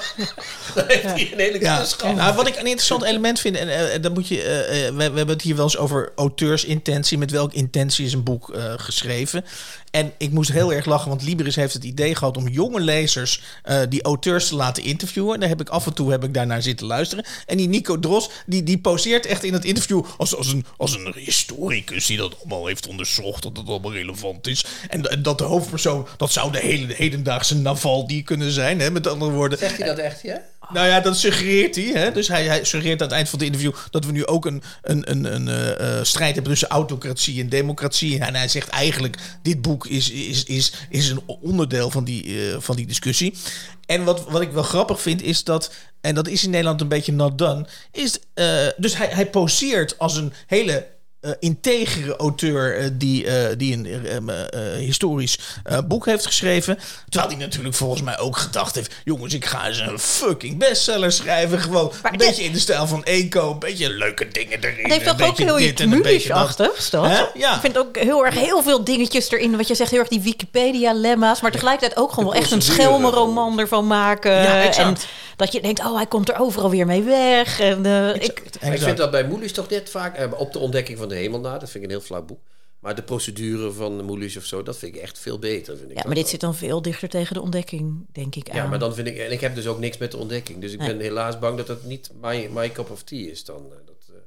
dan heeft hij een hele Ja, knusschap. nou, wat ik een interessant element vind, en uh, dan moet je, uh, uh, we, we hebben het hier wel eens over auteursintentie. Met welke intentie is een boek uh, geschreven? En ik moest heel erg lachen, want Libris heeft het idee gehad om jonge lezers uh, die auteurs te laten interviewen. Daar heb ik af en toe heb ik daarnaar zitten luisteren. En die Nico Drost, die, die poseert echt in het interview als, als, een, als een historicus die dat allemaal heeft onderzocht, dat het allemaal relevant is. En, en dat de hoofdpersoon, dat zou de hele hedendaagse Navalny kunnen zijn, hè, met andere woorden. Zegt hij dat echt, ja? Nou ja, dat suggereert hij. Hè? Dus hij, hij suggereert aan het eind van het interview dat we nu ook een, een, een, een uh, strijd hebben tussen autocratie en democratie. En hij zegt eigenlijk, dit boek is, is, is, is een onderdeel van die, uh, van die discussie. En wat, wat ik wel grappig vind is dat, en dat is in Nederland een beetje not done, is, uh, dus hij, hij poseert als een hele Uh, integere auteur uh, die, uh, die een uh, uh, uh, historisch uh, boek heeft geschreven. Terwijl hij natuurlijk volgens mij ook gedacht heeft, jongens, ik ga eens een fucking bestseller schrijven. Gewoon Maar een dit- beetje in de stijl van Eco, een beetje leuke dingen erin. Het heeft een toch ook beetje heel dit iets en een beetje dat. Mulisch-achtigs, dat? Hè? Ja. Ik vind ook heel erg heel veel dingetjes erin. Wat je zegt, heel erg die Wikipedia-lemma's. Maar tegelijkertijd ook gewoon wel echt een procedure. schelmenroman ervan maken. Ja, exact. En dat je denkt, oh, hij komt er overal weer mee weg. En, uh, ik, Maar ik vind dat bij Moelis toch net vaak, eh, op de ontdekking van de hemel na, dat vind ik een heel flauw boek. Maar de procedure van Moelis of zo, dat vind ik echt veel beter. Vind ik ja, dat maar dit dan. zit dan veel dichter tegen de ontdekking, denk ik. Ja, aan. maar dan vind ik, en ik heb dus ook niks met de ontdekking. Dus ik Nee. ben helaas bang dat dat niet my, my cup of tea is dan. eh, Dat, uh.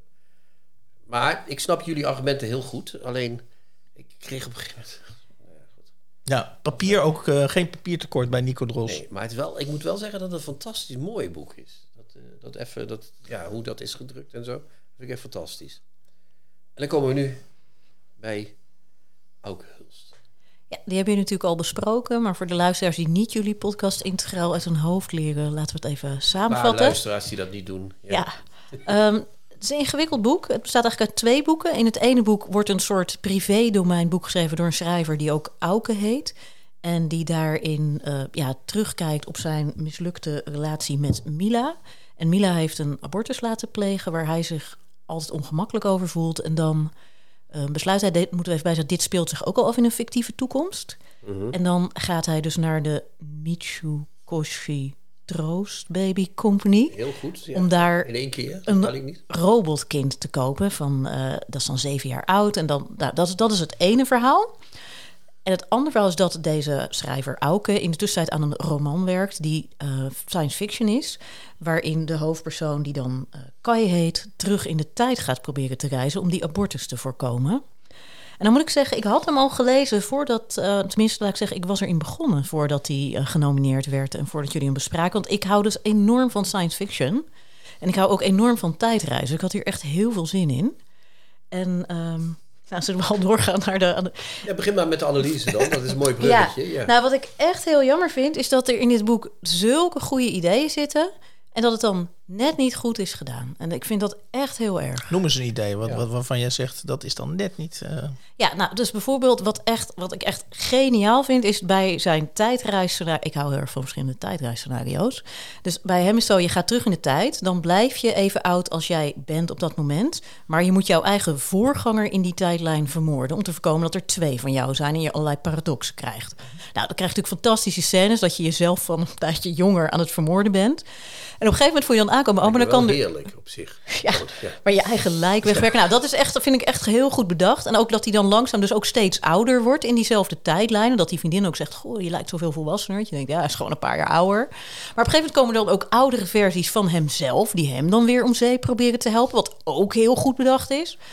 Maar ik snap jullie argumenten heel goed. Alleen, ik kreeg op een gegeven moment... Ja, papier ook, uh, geen papiertekort bij Nico Drost. Nee, maar het wel, ik moet wel zeggen dat het een fantastisch mooi boek is. Dat, uh, dat even, dat, ja, hoe dat is gedrukt en zo, vind ik echt fantastisch. En dan komen we nu bij Auke Hulst. Ja, die hebben jullie natuurlijk al besproken. Maar voor de luisteraars die niet jullie podcast integraal uit hun hoofd leren, laten we het even Een paar samenvatten. luisteraars die dat niet doen. Ja. Um, het is een ingewikkeld boek. Het bestaat eigenlijk uit twee boeken. In het ene boek wordt een soort privé-domeinboek geschreven door een schrijver die ook Auke heet. En die daarin uh, ja, terugkijkt op zijn mislukte relatie met Mila. En Mila heeft een abortus laten plegen waar hij zich altijd ongemakkelijk over voelt. En dan uh, besluit hij, dit, moeten we even bij zeggen, dit speelt zich ook al af in een fictieve toekomst. Mm-hmm. En dan gaat hij dus naar de Mitsukoshi Troost Baby Company. Heel goed. Ja. Om daar in één keer, dat een kan ik niet. robotkind te kopen. Van, uh, dat is dan zeven jaar oud. En dan, nou, dat, is, dat is het ene verhaal. En het andere verhaal is dat deze schrijver Auke in de tussentijd aan een roman werkt die uh, science fiction is. Waarin de hoofdpersoon, die dan uh, Kai heet, terug in de tijd gaat proberen te reizen om die abortus te voorkomen. En dan moet ik zeggen, ik had hem al gelezen voordat, uh, tenminste laat ik zeggen, ik was erin begonnen voordat hij uh, genomineerd werd en voordat jullie hem bespraken. Want ik hou dus enorm van science fiction. En ik hou ook enorm van tijdreizen. Ik had hier echt heel veel zin in. En um, nou, zullen we al doorgaan naar de... Aan de... Ja, begin maar met de analyse dan. Dat is een mooi bruggetje. Ja. Ja. Nou, wat ik echt heel jammer vind, is dat er in dit boek zulke goede ideeën zitten en dat het dan net niet goed is gedaan. En ik vind dat echt heel erg. Noem eens een idee wat, Ja. wat, waarvan jij zegt, dat is dan net niet... Uh... Ja, nou, dus bijvoorbeeld wat, echt, wat ik echt geniaal vind, is bij zijn tijdreisscenario. Ik hou heel erg van verschillende tijdreisscenario's. Dus bij hem is zo, je gaat terug in de tijd. Dan blijf je even oud als jij bent op dat moment. Maar je moet jouw eigen voorganger in die tijdlijn vermoorden, om te voorkomen dat er twee van jou zijn en je allerlei paradoxen krijgt. Nou, dan krijg je natuurlijk fantastische scènes dat je jezelf van een tijdje jonger aan het vermoorden bent. En op een gegeven moment voel je dan aankomen, oh, maar dan wel kan de... heerlijk op zich. Ja, Ja. maar je eigen lijk wegwerken. Nou, dat is echt, dat vind ik echt heel goed bedacht. En ook dat hij dan langzaam dus ook steeds ouder wordt in diezelfde tijdlijnen. Dat die vriendin ook zegt, goh, je lijkt zoveel volwassener. Je denkt, ja, hij is gewoon een paar jaar ouder. Maar op een gegeven moment komen er dan ook oudere versies van hemzelf, die hem dan weer om zeep proberen te helpen. Wat ook heel goed bedacht is.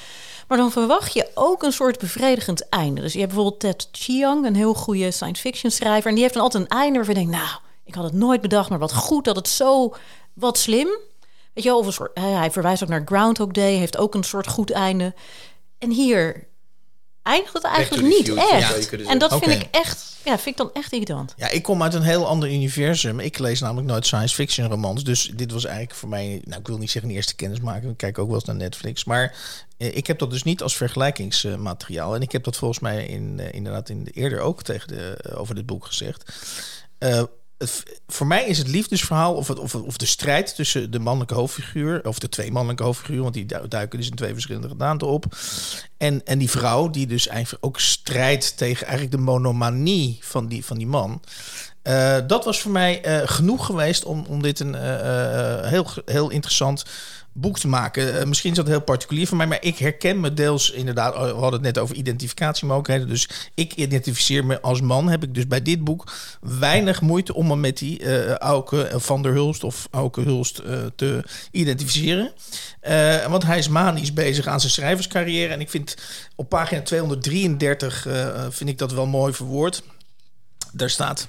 Maar dan verwacht je ook een soort bevredigend einde. Dus je hebt bijvoorbeeld Ted Chiang, een heel goede science fiction schrijver. En die heeft dan altijd een einde waarvan je denkt, nou, ik had het nooit bedacht, maar wat goed dat het zo, wat slim. Weet je wel, of een soort, hij verwijst ook naar Groundhog Day, heeft ook een soort goed einde. En hier eindigt het eigenlijk niet future, echt. Ja. En dat Okay. vind ik echt, ja, vind ik dan echt irritant. Ja, ik kom uit een heel ander universum. Ik lees namelijk nooit science fiction romans. Dus dit was eigenlijk voor mij, nou, ik wil niet zeggen een eerste kennismaking. Ik kijk ook wel eens naar Netflix. Maar eh, ik heb dat dus niet als vergelijkingsmateriaal. En ik heb dat volgens mij in, uh, inderdaad in de, eerder ook tegen de, uh, over dit boek gezegd. Uh, Het, voor mij is het liefdesverhaal of, het, of, of de strijd tussen de mannelijke hoofdfiguur, of de twee mannelijke hoofdfiguren, want die duiken dus in twee verschillende gedaanten op. En, en die vrouw die dus eigenlijk ook strijdt tegen eigenlijk de monomanie van die, van die man. Uh, dat was voor mij uh, genoeg geweest om, om dit een uh, uh, heel, heel interessant boek te maken. Uh, misschien is dat heel particulier van mij, maar ik herken me deels inderdaad. We hadden het net over identificatiemogelijkheden. Dus ik identificeer me als man. Heb ik dus bij dit boek weinig moeite om me met die uh, Auke van der Hulst of Auke Hulst uh, te identificeren. Uh, want hij is manisch bezig aan zijn schrijverscarrière. En ik vind op pagina tweehonderddrieëndertig uh, vind ik dat wel mooi verwoord. Daar staat: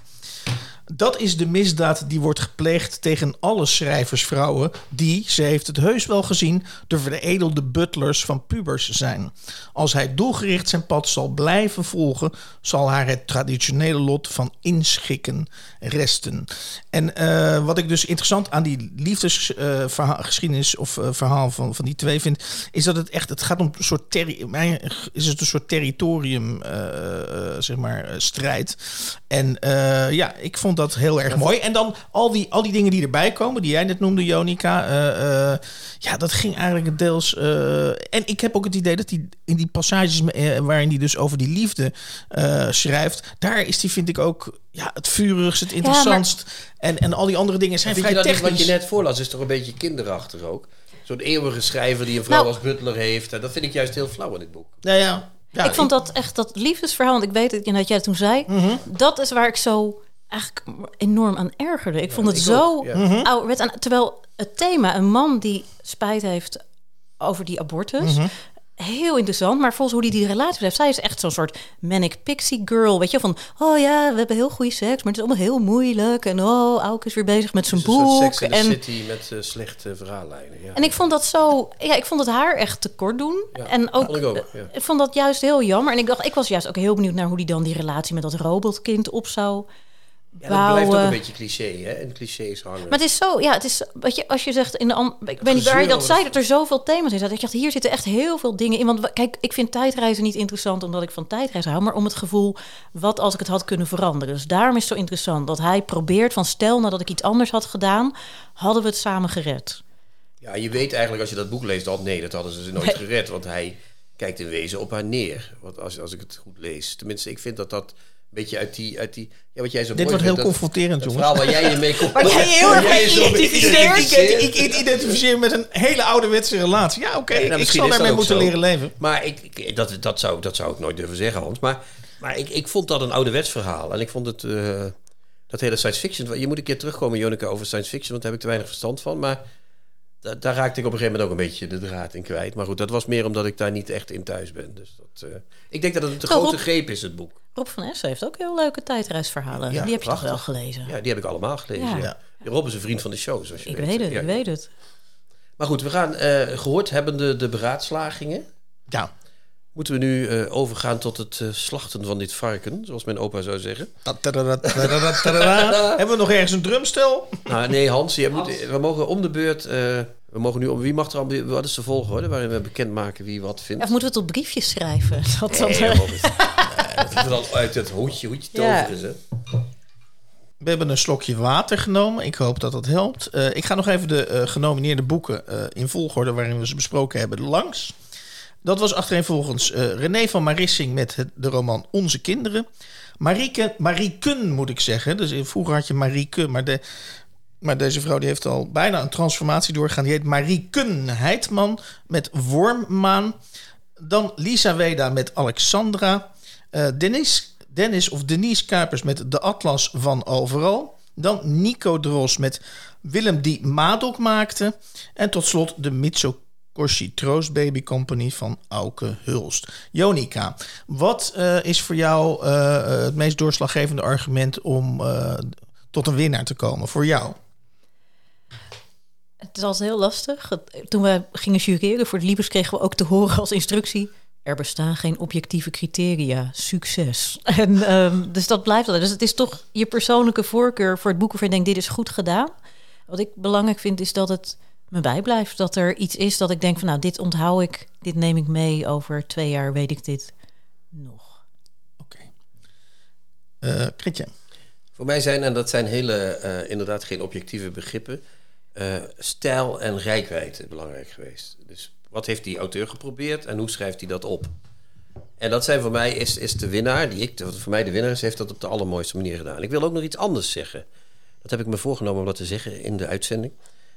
dat is de misdaad die wordt gepleegd tegen alle schrijversvrouwen die, ze heeft het heus wel gezien, de veredelde butlers van pubers zijn. Als hij doelgericht zijn pad zal blijven volgen, zal haar het traditionele lot van inschikken resten. En uh, wat ik dus interessant aan die liefdesgeschiedenis uh, of uh, verhaal van, van die twee vind, is dat het echt, het gaat om een soort, terri- is het een soort territorium, uh, uh, zeg maar, uh, strijd. En uh, ja, ik vond dat heel erg mooi. En dan al die, al die dingen die erbij komen, die jij net noemde, Jonica. Uh, uh, ja, dat ging eigenlijk deels. Uh, en ik heb ook het idee dat die in die passages uh, waarin hij dus over die liefde uh, schrijft, daar is die, vind ik ook, ja, het vurigst, het interessantst. Ja, maar en, en al die andere dingen zijn vind vrij je dat technisch. Wat je net voorlas is toch een beetje kinderachtig ook? Zo'n eeuwige schrijver die een vrouw nou, als butler heeft. En dat vind ik juist heel flauw in dit boek. Ja, ja. Ja, ik vond dat echt, dat liefdesverhaal, want ik weet het, dat jij het toen zei, mm-hmm. dat is waar ik zo eigenlijk enorm aan ergerde. Ik ja, vond het ik zo ook, ja. mm-hmm. ouderwet. Terwijl het thema, een man die spijt heeft over die abortus, mm-hmm. heel interessant, maar volgens hoe die die relatie heeft, zij is echt zo'n soort manic pixie girl, weet je, van, oh ja, we hebben heel goede seks, maar het is allemaal heel moeilijk en oh, Auke is weer bezig met zijn boek. Een Sex in the en City met uh, slechte verhaallijnen. Ja. En ik vond dat zo, ja, ik vond het haar echt tekort doen. Ja, en ook, ik, ook ja. ik vond dat juist heel jammer. En ik dacht, ik was juist ook heel benieuwd naar hoe die dan die relatie met dat robotkind op zou ja, bouwen. Dat blijft ook een beetje cliché, hè? En clichés hangen. Maar het is zo, ja, het is, weet je, als je zegt in de an, ik weet niet waar je dat zei, dat er zoveel thema's in zaten. Ik dacht, hier zitten echt heel veel dingen in. Want kijk, ik vind tijdreizen niet interessant omdat ik van tijdreizen hou, maar om het gevoel, wat als ik het had kunnen veranderen. Dus daarom is het zo interessant dat hij probeert van, stel nadat ik iets anders had gedaan, hadden we het samen gered. Ja, je weet eigenlijk als je dat boek leest al, nee, dat hadden ze nooit nee. gered, want hij kijkt in wezen op haar neer. Want als, als ik het goed lees, tenminste, ik vind dat dat beetje uit die, uit die, ja, wat jij zo dit mooi wordt vindt, heel dat, confronterend, dat jongens. verhaal waar jij je mee komt. Waar jij je heel erg mee identificeert. Ik, ik identificeer met een hele ouderwetse relatie. Ja, oké, okay, ja, ik zal daarmee moeten zo. leren leven. Maar ik, ik, dat, dat, zou, dat zou ik nooit durven zeggen, Hans. Maar, maar ik, ik vond dat een ouderwets verhaal. En ik vond het, uh, dat hele science fiction, je moet een keer terugkomen, Jonica, over science fiction, want daar heb ik te weinig verstand van. Maar da, daar raakte ik op een gegeven moment ook een beetje de draad in kwijt. Maar goed, dat was meer omdat ik daar niet echt in thuis ben. Dus dat, uh, ik denk dat het een te Zo, grote Rob, greep is, het boek. Rob van Essen heeft ook heel leuke tijdreisverhalen. Ja, die heb je prachtig. toch wel gelezen? Ja, die heb ik allemaal gelezen. Ja. Ja. Rob is een vriend van de show, zoals je ik weet. weet het, ja. ik weet het. Maar goed, we gaan uh, gehoord hebben de, de beraadslagingen. Ja. Moeten we nu uh, overgaan tot het uh, slachten van dit varken, zoals mijn opa zou zeggen. Hebben we nog ergens een drumstel? Nou, nee, Hans, je moet, we mogen om de beurt. Uh, we mogen nu om. Wie mag er al? Wat is de volgorde waarin we bekendmaken wie wat vindt? Ja, of moeten we het op briefjes schrijven? Dat nee, dat, nee, dat we dan uit het hoedje, hoedje toveren ze. Ja. We hebben een slokje water genomen. Ik hoop dat dat helpt. Uh, ik ga nog even de uh, genomineerde boeken uh, in volgorde waarin we ze besproken hebben langs. Dat was achtereenvolgens uh, René van Marissing met het, de roman Onze Kinderen. Marieke, Marieken moet ik zeggen. Dus vroeger had je Marieke, maar, de, maar deze vrouw die heeft al bijna een transformatie doorgegaan. Die heet Marieken Heitman met Wormmaan. Dan Lisa Weda met Alexandra. Uh, Dennis, Dennis of Denise Kuipers met De Atlas van Overal. Dan Nico Dros met Willem die Madok maakte. En tot slot de Mitsuko Ossie Troost Baby Company van Auke Hulst. Jonica, wat uh, is voor jou uh, het meest doorslaggevende argument om uh, tot een winnaar te komen? Voor jou? Het is altijd heel lastig. Toen we gingen jureren voor de Libris kregen we ook te horen als instructie: er bestaan geen objectieve criteria. Succes. En, um, dus dat blijft altijd. Dus het is toch je persoonlijke voorkeur voor het boek waarvan je denkt, dit is goed gedaan. Wat ik belangrijk vind is dat het me bijblijft. Dat er iets is dat ik denk van, nou, dit onthoud ik. Dit neem ik mee. Over twee jaar weet ik dit nog. Oké. Okay. Uh, Kritje. Voor mij zijn, en dat zijn hele, uh, inderdaad geen objectieve begrippen, uh, stijl en reikwijdte belangrijk geweest. Dus wat heeft die auteur geprobeerd en hoe schrijft hij dat op? En dat zijn voor mij, is, is de winnaar, die ik, voor mij de winnaar is, heeft dat op de allermooiste manier gedaan. Ik wil ook nog iets anders zeggen. Dat heb ik me voorgenomen om dat te zeggen in de uitzending.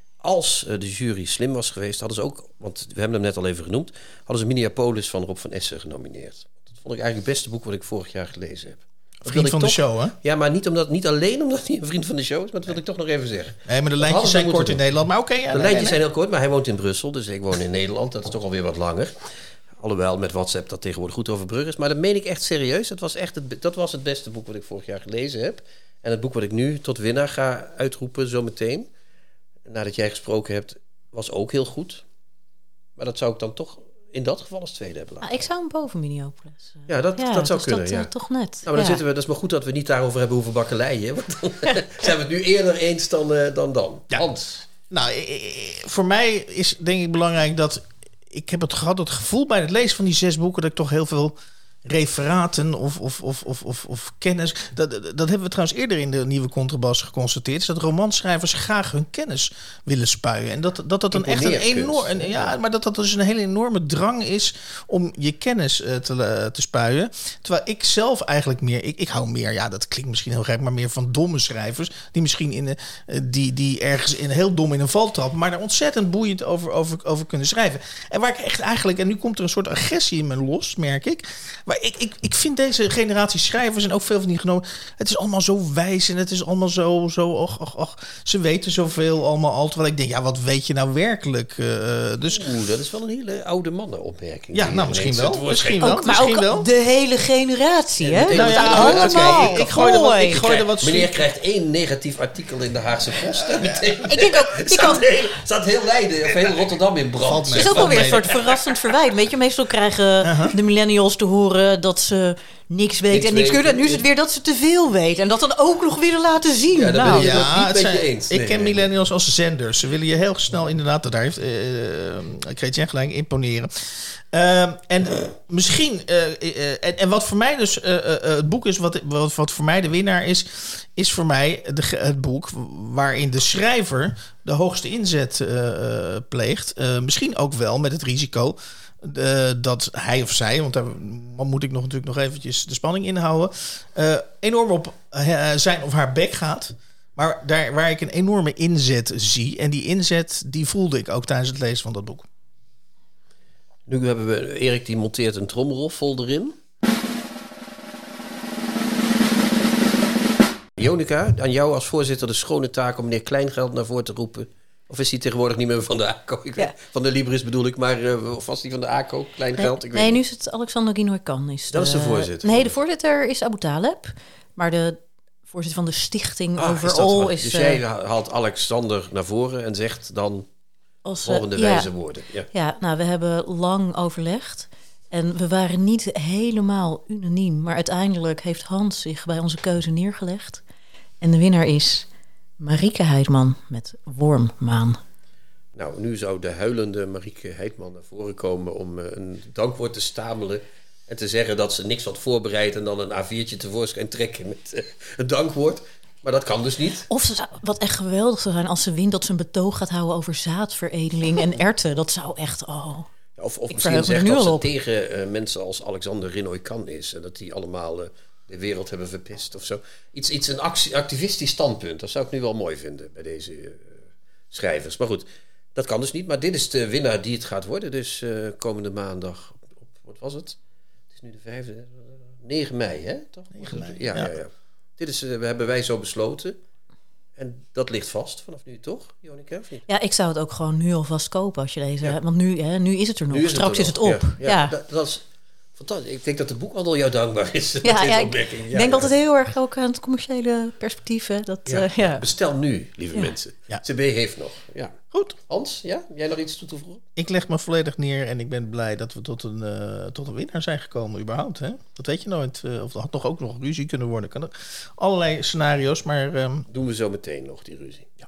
Als uh, de jury slim was geweest, hadden ze ook, want we hebben hem net al even genoemd, hadden ze Minneapolis van Rob van Essen genomineerd. Dat vond ik eigenlijk het beste boek wat ik vorig jaar gelezen heb. Dat vriend van toch, de show, hè? Ja, maar niet, omdat, niet alleen omdat hij een vriend van de show is, maar dat wil ik toch nog even zeggen. Nee, maar de lijntjes zijn kort in Nederland, maar oké. Okay, ja, de nee, lijntjes nee. zijn heel kort, maar hij woont in Brussel, dus ik woon in Nederland. Dat is toch alweer wat langer. Alhoewel met WhatsApp dat tegenwoordig goed overbrug is. Maar dat meen ik echt serieus. Dat was, echt het, dat was het beste boek wat ik vorig jaar gelezen heb. En het boek wat ik nu tot winnaar ga uitroepen zometeen, nadat jij gesproken hebt, was ook heel goed. Maar dat zou ik dan toch in dat geval als tweede hebben laten. Ah, ik zou hem boven Minneapolis. Uh, ja, dat, ja, dat zou dus kunnen. Dat, ja. uh, toch net. Nou, maar dan ja. zitten we. Dat is maar goed dat we niet daarover hebben hoeven bakkeleien. Want dan zijn we het nu eerder eens dan uh, dan. dan. Ja. Hans. Nou, voor mij is denk ik belangrijk dat ik heb het gehad, het gevoel bij het lezen van die zes boeken, dat ik toch heel veel referaten of, of, of, of, of, of kennis. Dat, dat hebben we trouwens eerder in de nieuwe Contrabas geconstateerd. Is dat romanschrijvers graag hun kennis willen spuien. En dat dat, dat een echt een enorm. Ja, maar dat dat dus een hele enorme drang is om je kennis uh, te, uh, te spuien. Terwijl ik zelf eigenlijk meer. Ik, ik hou meer, ja, dat klinkt misschien heel gek, maar meer van domme schrijvers. Die misschien in uh, die, die ergens in heel dom in een val trappen, maar daar ontzettend boeiend over, over, over kunnen schrijven. En waar ik echt eigenlijk. En nu komt er een soort agressie in me los, merk ik. Maar ik, ik, ik vind deze generatie schrijvers en ook veel van die genomen, het is allemaal zo wijs en het is allemaal zo, zo och, och, och, ze weten zoveel allemaal al. Terwijl ik denk, ja, wat weet je nou werkelijk? Uh, dus, Oeh, dat is wel een hele oude mannenopmerking. Ja, nou, misschien wel. Misschien wel. Ook, maar misschien ook wel. de hele generatie, hè? Ja, Nou ja, allemaal. Ik, ik gooi er wat, ik gooi er wat meneer krijgt één negatief artikel in de Haagse Post. Ja. Ik denk ook, ik staat, kan, heel, staat heel Leiden of heel Rotterdam in brand. het is ook wel weer een soort verrassend verwijt. Weet je, meestal krijgen uh-huh. de millennials te horen dat ze niks weten niks en niks kunnen. En nu is het weer dat ze te veel weten. En dat dan ook nog willen laten zien. Ja, nou, ben je ja, niet zijn, met je eens. Ik nee, ken nee. millennials als zenders. Ze willen je heel snel inderdaad, daar heeft uh, ik weet je gelijk, imponeren. Uh, en misschien, uh, uh, en, en wat voor mij dus uh, uh, het boek is, wat, wat, wat voor mij de winnaar is, is voor mij de, het boek waarin de schrijver de hoogste inzet uh, pleegt. Uh, misschien ook wel met het risico Uh, dat hij of zij, want daar moet ik nog natuurlijk nog eventjes de spanning inhouden, uh, enorm op uh, zijn of haar bek gaat. Maar daar waar ik een enorme inzet zie. En die inzet, die voelde ik ook tijdens het lezen van dat boek. Nu hebben we Erik, die monteert een tromroffel erin. Jonica, aan jou als voorzitter de schone taak om meneer Kleingeld naar voren te roepen. Of is hij tegenwoordig niet meer van de A C O? Ik weet, ja. Van de Libris bedoel ik, maar uh, of was hij van de A C O? Kleingeld? Nee, ik weet nee niet. nu is het Alexander Guinoy-Kan. Is dat de, is de voorzitter. Nee, de voorzitter is Abu Taleb. Maar de voorzitter van de stichting ah, Overall is... is dus uh, jij uh, haalt Alexander naar voren en zegt dan als, uh, volgende ja, wijze woorden. Ja. ja, nou, we hebben lang overlegd. En we waren niet helemaal unaniem. Maar uiteindelijk heeft Hans zich bij onze keuze neergelegd. En de winnaar is Marieke Heidman met Wormmaan. Nou, nu zou de huilende Marieke Heidman naar voren komen om uh, een dankwoord te stamelen en te zeggen dat ze niks had voorbereid en dan een A viertje tevoorschijn trekken met uh, een dankwoord. Maar dat kan dus niet. Of ze zou, wat echt geweldig zou zijn als ze wint, dat ze een betoog gaat houden over zaadveredeling en erwten. Dat zou echt, oh... Ja, of of ik misschien zegt dat ze op. tegen uh, mensen als Alexander Guinoy-Kan is en dat die allemaal uh, de wereld hebben verpest of zo. Iets, iets een actie, activistisch standpunt, dat zou ik nu wel mooi vinden bij deze uh, schrijvers. Maar goed, dat kan dus niet. Maar dit is de winnaar die het gaat worden. Dus uh, komende maandag, op, op, wat was het? Het is nu de vijfde, negen mei, hè? Toch? negen mei, ja, ja. ja, ja. Dit is, uh, we hebben wij zo besloten. En dat ligt vast vanaf nu, toch, Jonica? Of niet? Ja, ik zou het ook gewoon nu alvast kopen als je deze... Ja. Want nu, hè, nu is het er nog. Nu is Straks het is het op. Ja, ja, ja. Dat, dat is fantastisch. Ik denk dat de boekhandel jou dankbaar is. Ja, met ja, deze ik opmerking. Ja, denk ja. altijd heel erg ook aan het commerciële perspectief. Hè, dat, Ja. uh, ja. Bestel nu, lieve Ja. mensen. Ja. C B heeft nog. Ja. Goed. Hans, ja? Jij nog iets toe te voegen? Ik leg me volledig neer en ik ben blij dat we tot een, uh, tot een winnaar zijn gekomen überhaupt. Hè? Dat weet je nooit. Uh, of er had nog ook nog ruzie kunnen worden. Kan er, allerlei scenario's, maar... Um, Doen we zo meteen nog, die ruzie. Ja.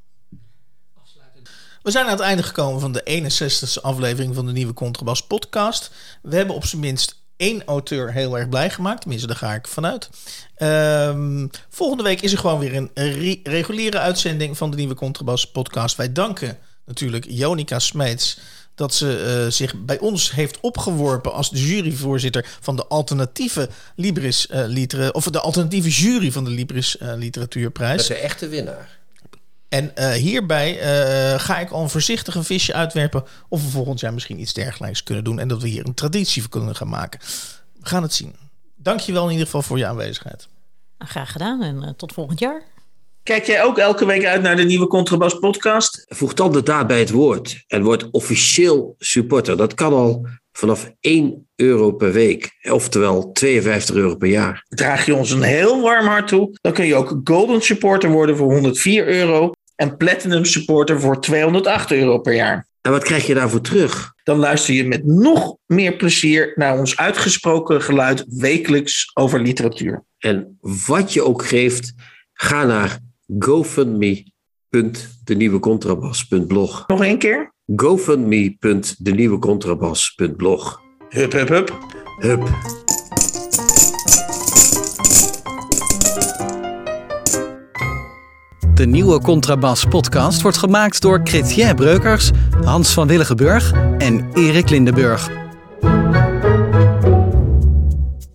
We zijn aan het einde gekomen van de eenenzestigste aflevering van de Nieuwe Contrabas podcast. We hebben op zijn minst één auteur heel erg blij gemaakt. Tenminste, daar ga ik vanuit. Um, volgende week is er gewoon weer een re- reguliere uitzending van de Nieuwe Contrabas podcast. Wij danken natuurlijk Jonica Smeets dat ze uh, zich bij ons heeft opgeworpen als de juryvoorzitter van de alternatieve Libris uh, liter- of de alternatieve jury van de Libris uh, Literatuurprijs. Dat is de echte winnaar. En uh, hierbij uh, ga ik al een voorzichtig een visje uitwerpen of we volgend jaar misschien iets dergelijks kunnen doen en dat we hier een traditie voor kunnen gaan maken. We gaan het zien. Dank je wel in ieder geval voor je aanwezigheid. Nou, graag gedaan en uh, tot volgend jaar. Kijk jij ook elke week uit naar de Nieuwe Contrabas podcast? Voeg dan de daad bij het woord en word officieel supporter. Dat kan al vanaf één euro per week, oftewel tweeënvijftig euro per jaar. Draag je ons een heel warm hart toe, dan kun je ook Golden Supporter worden voor honderdvier euro en Platinum Supporter voor tweehonderdacht euro per jaar. En wat krijg je daarvoor terug? Dan luister je met nog meer plezier naar ons uitgesproken geluid wekelijks over literatuur. En wat je ook geeft, ga naar gofundme punt de nieuwe contrabas punt blog. Nog één keer? gofundme punt de nieuwe contrabas punt blog. Hup, hup, hup. Hup. De Nieuwe Contrabas podcast wordt gemaakt door Chrétien Breukers, Hans van Willigenburg en Erik Lindenburg.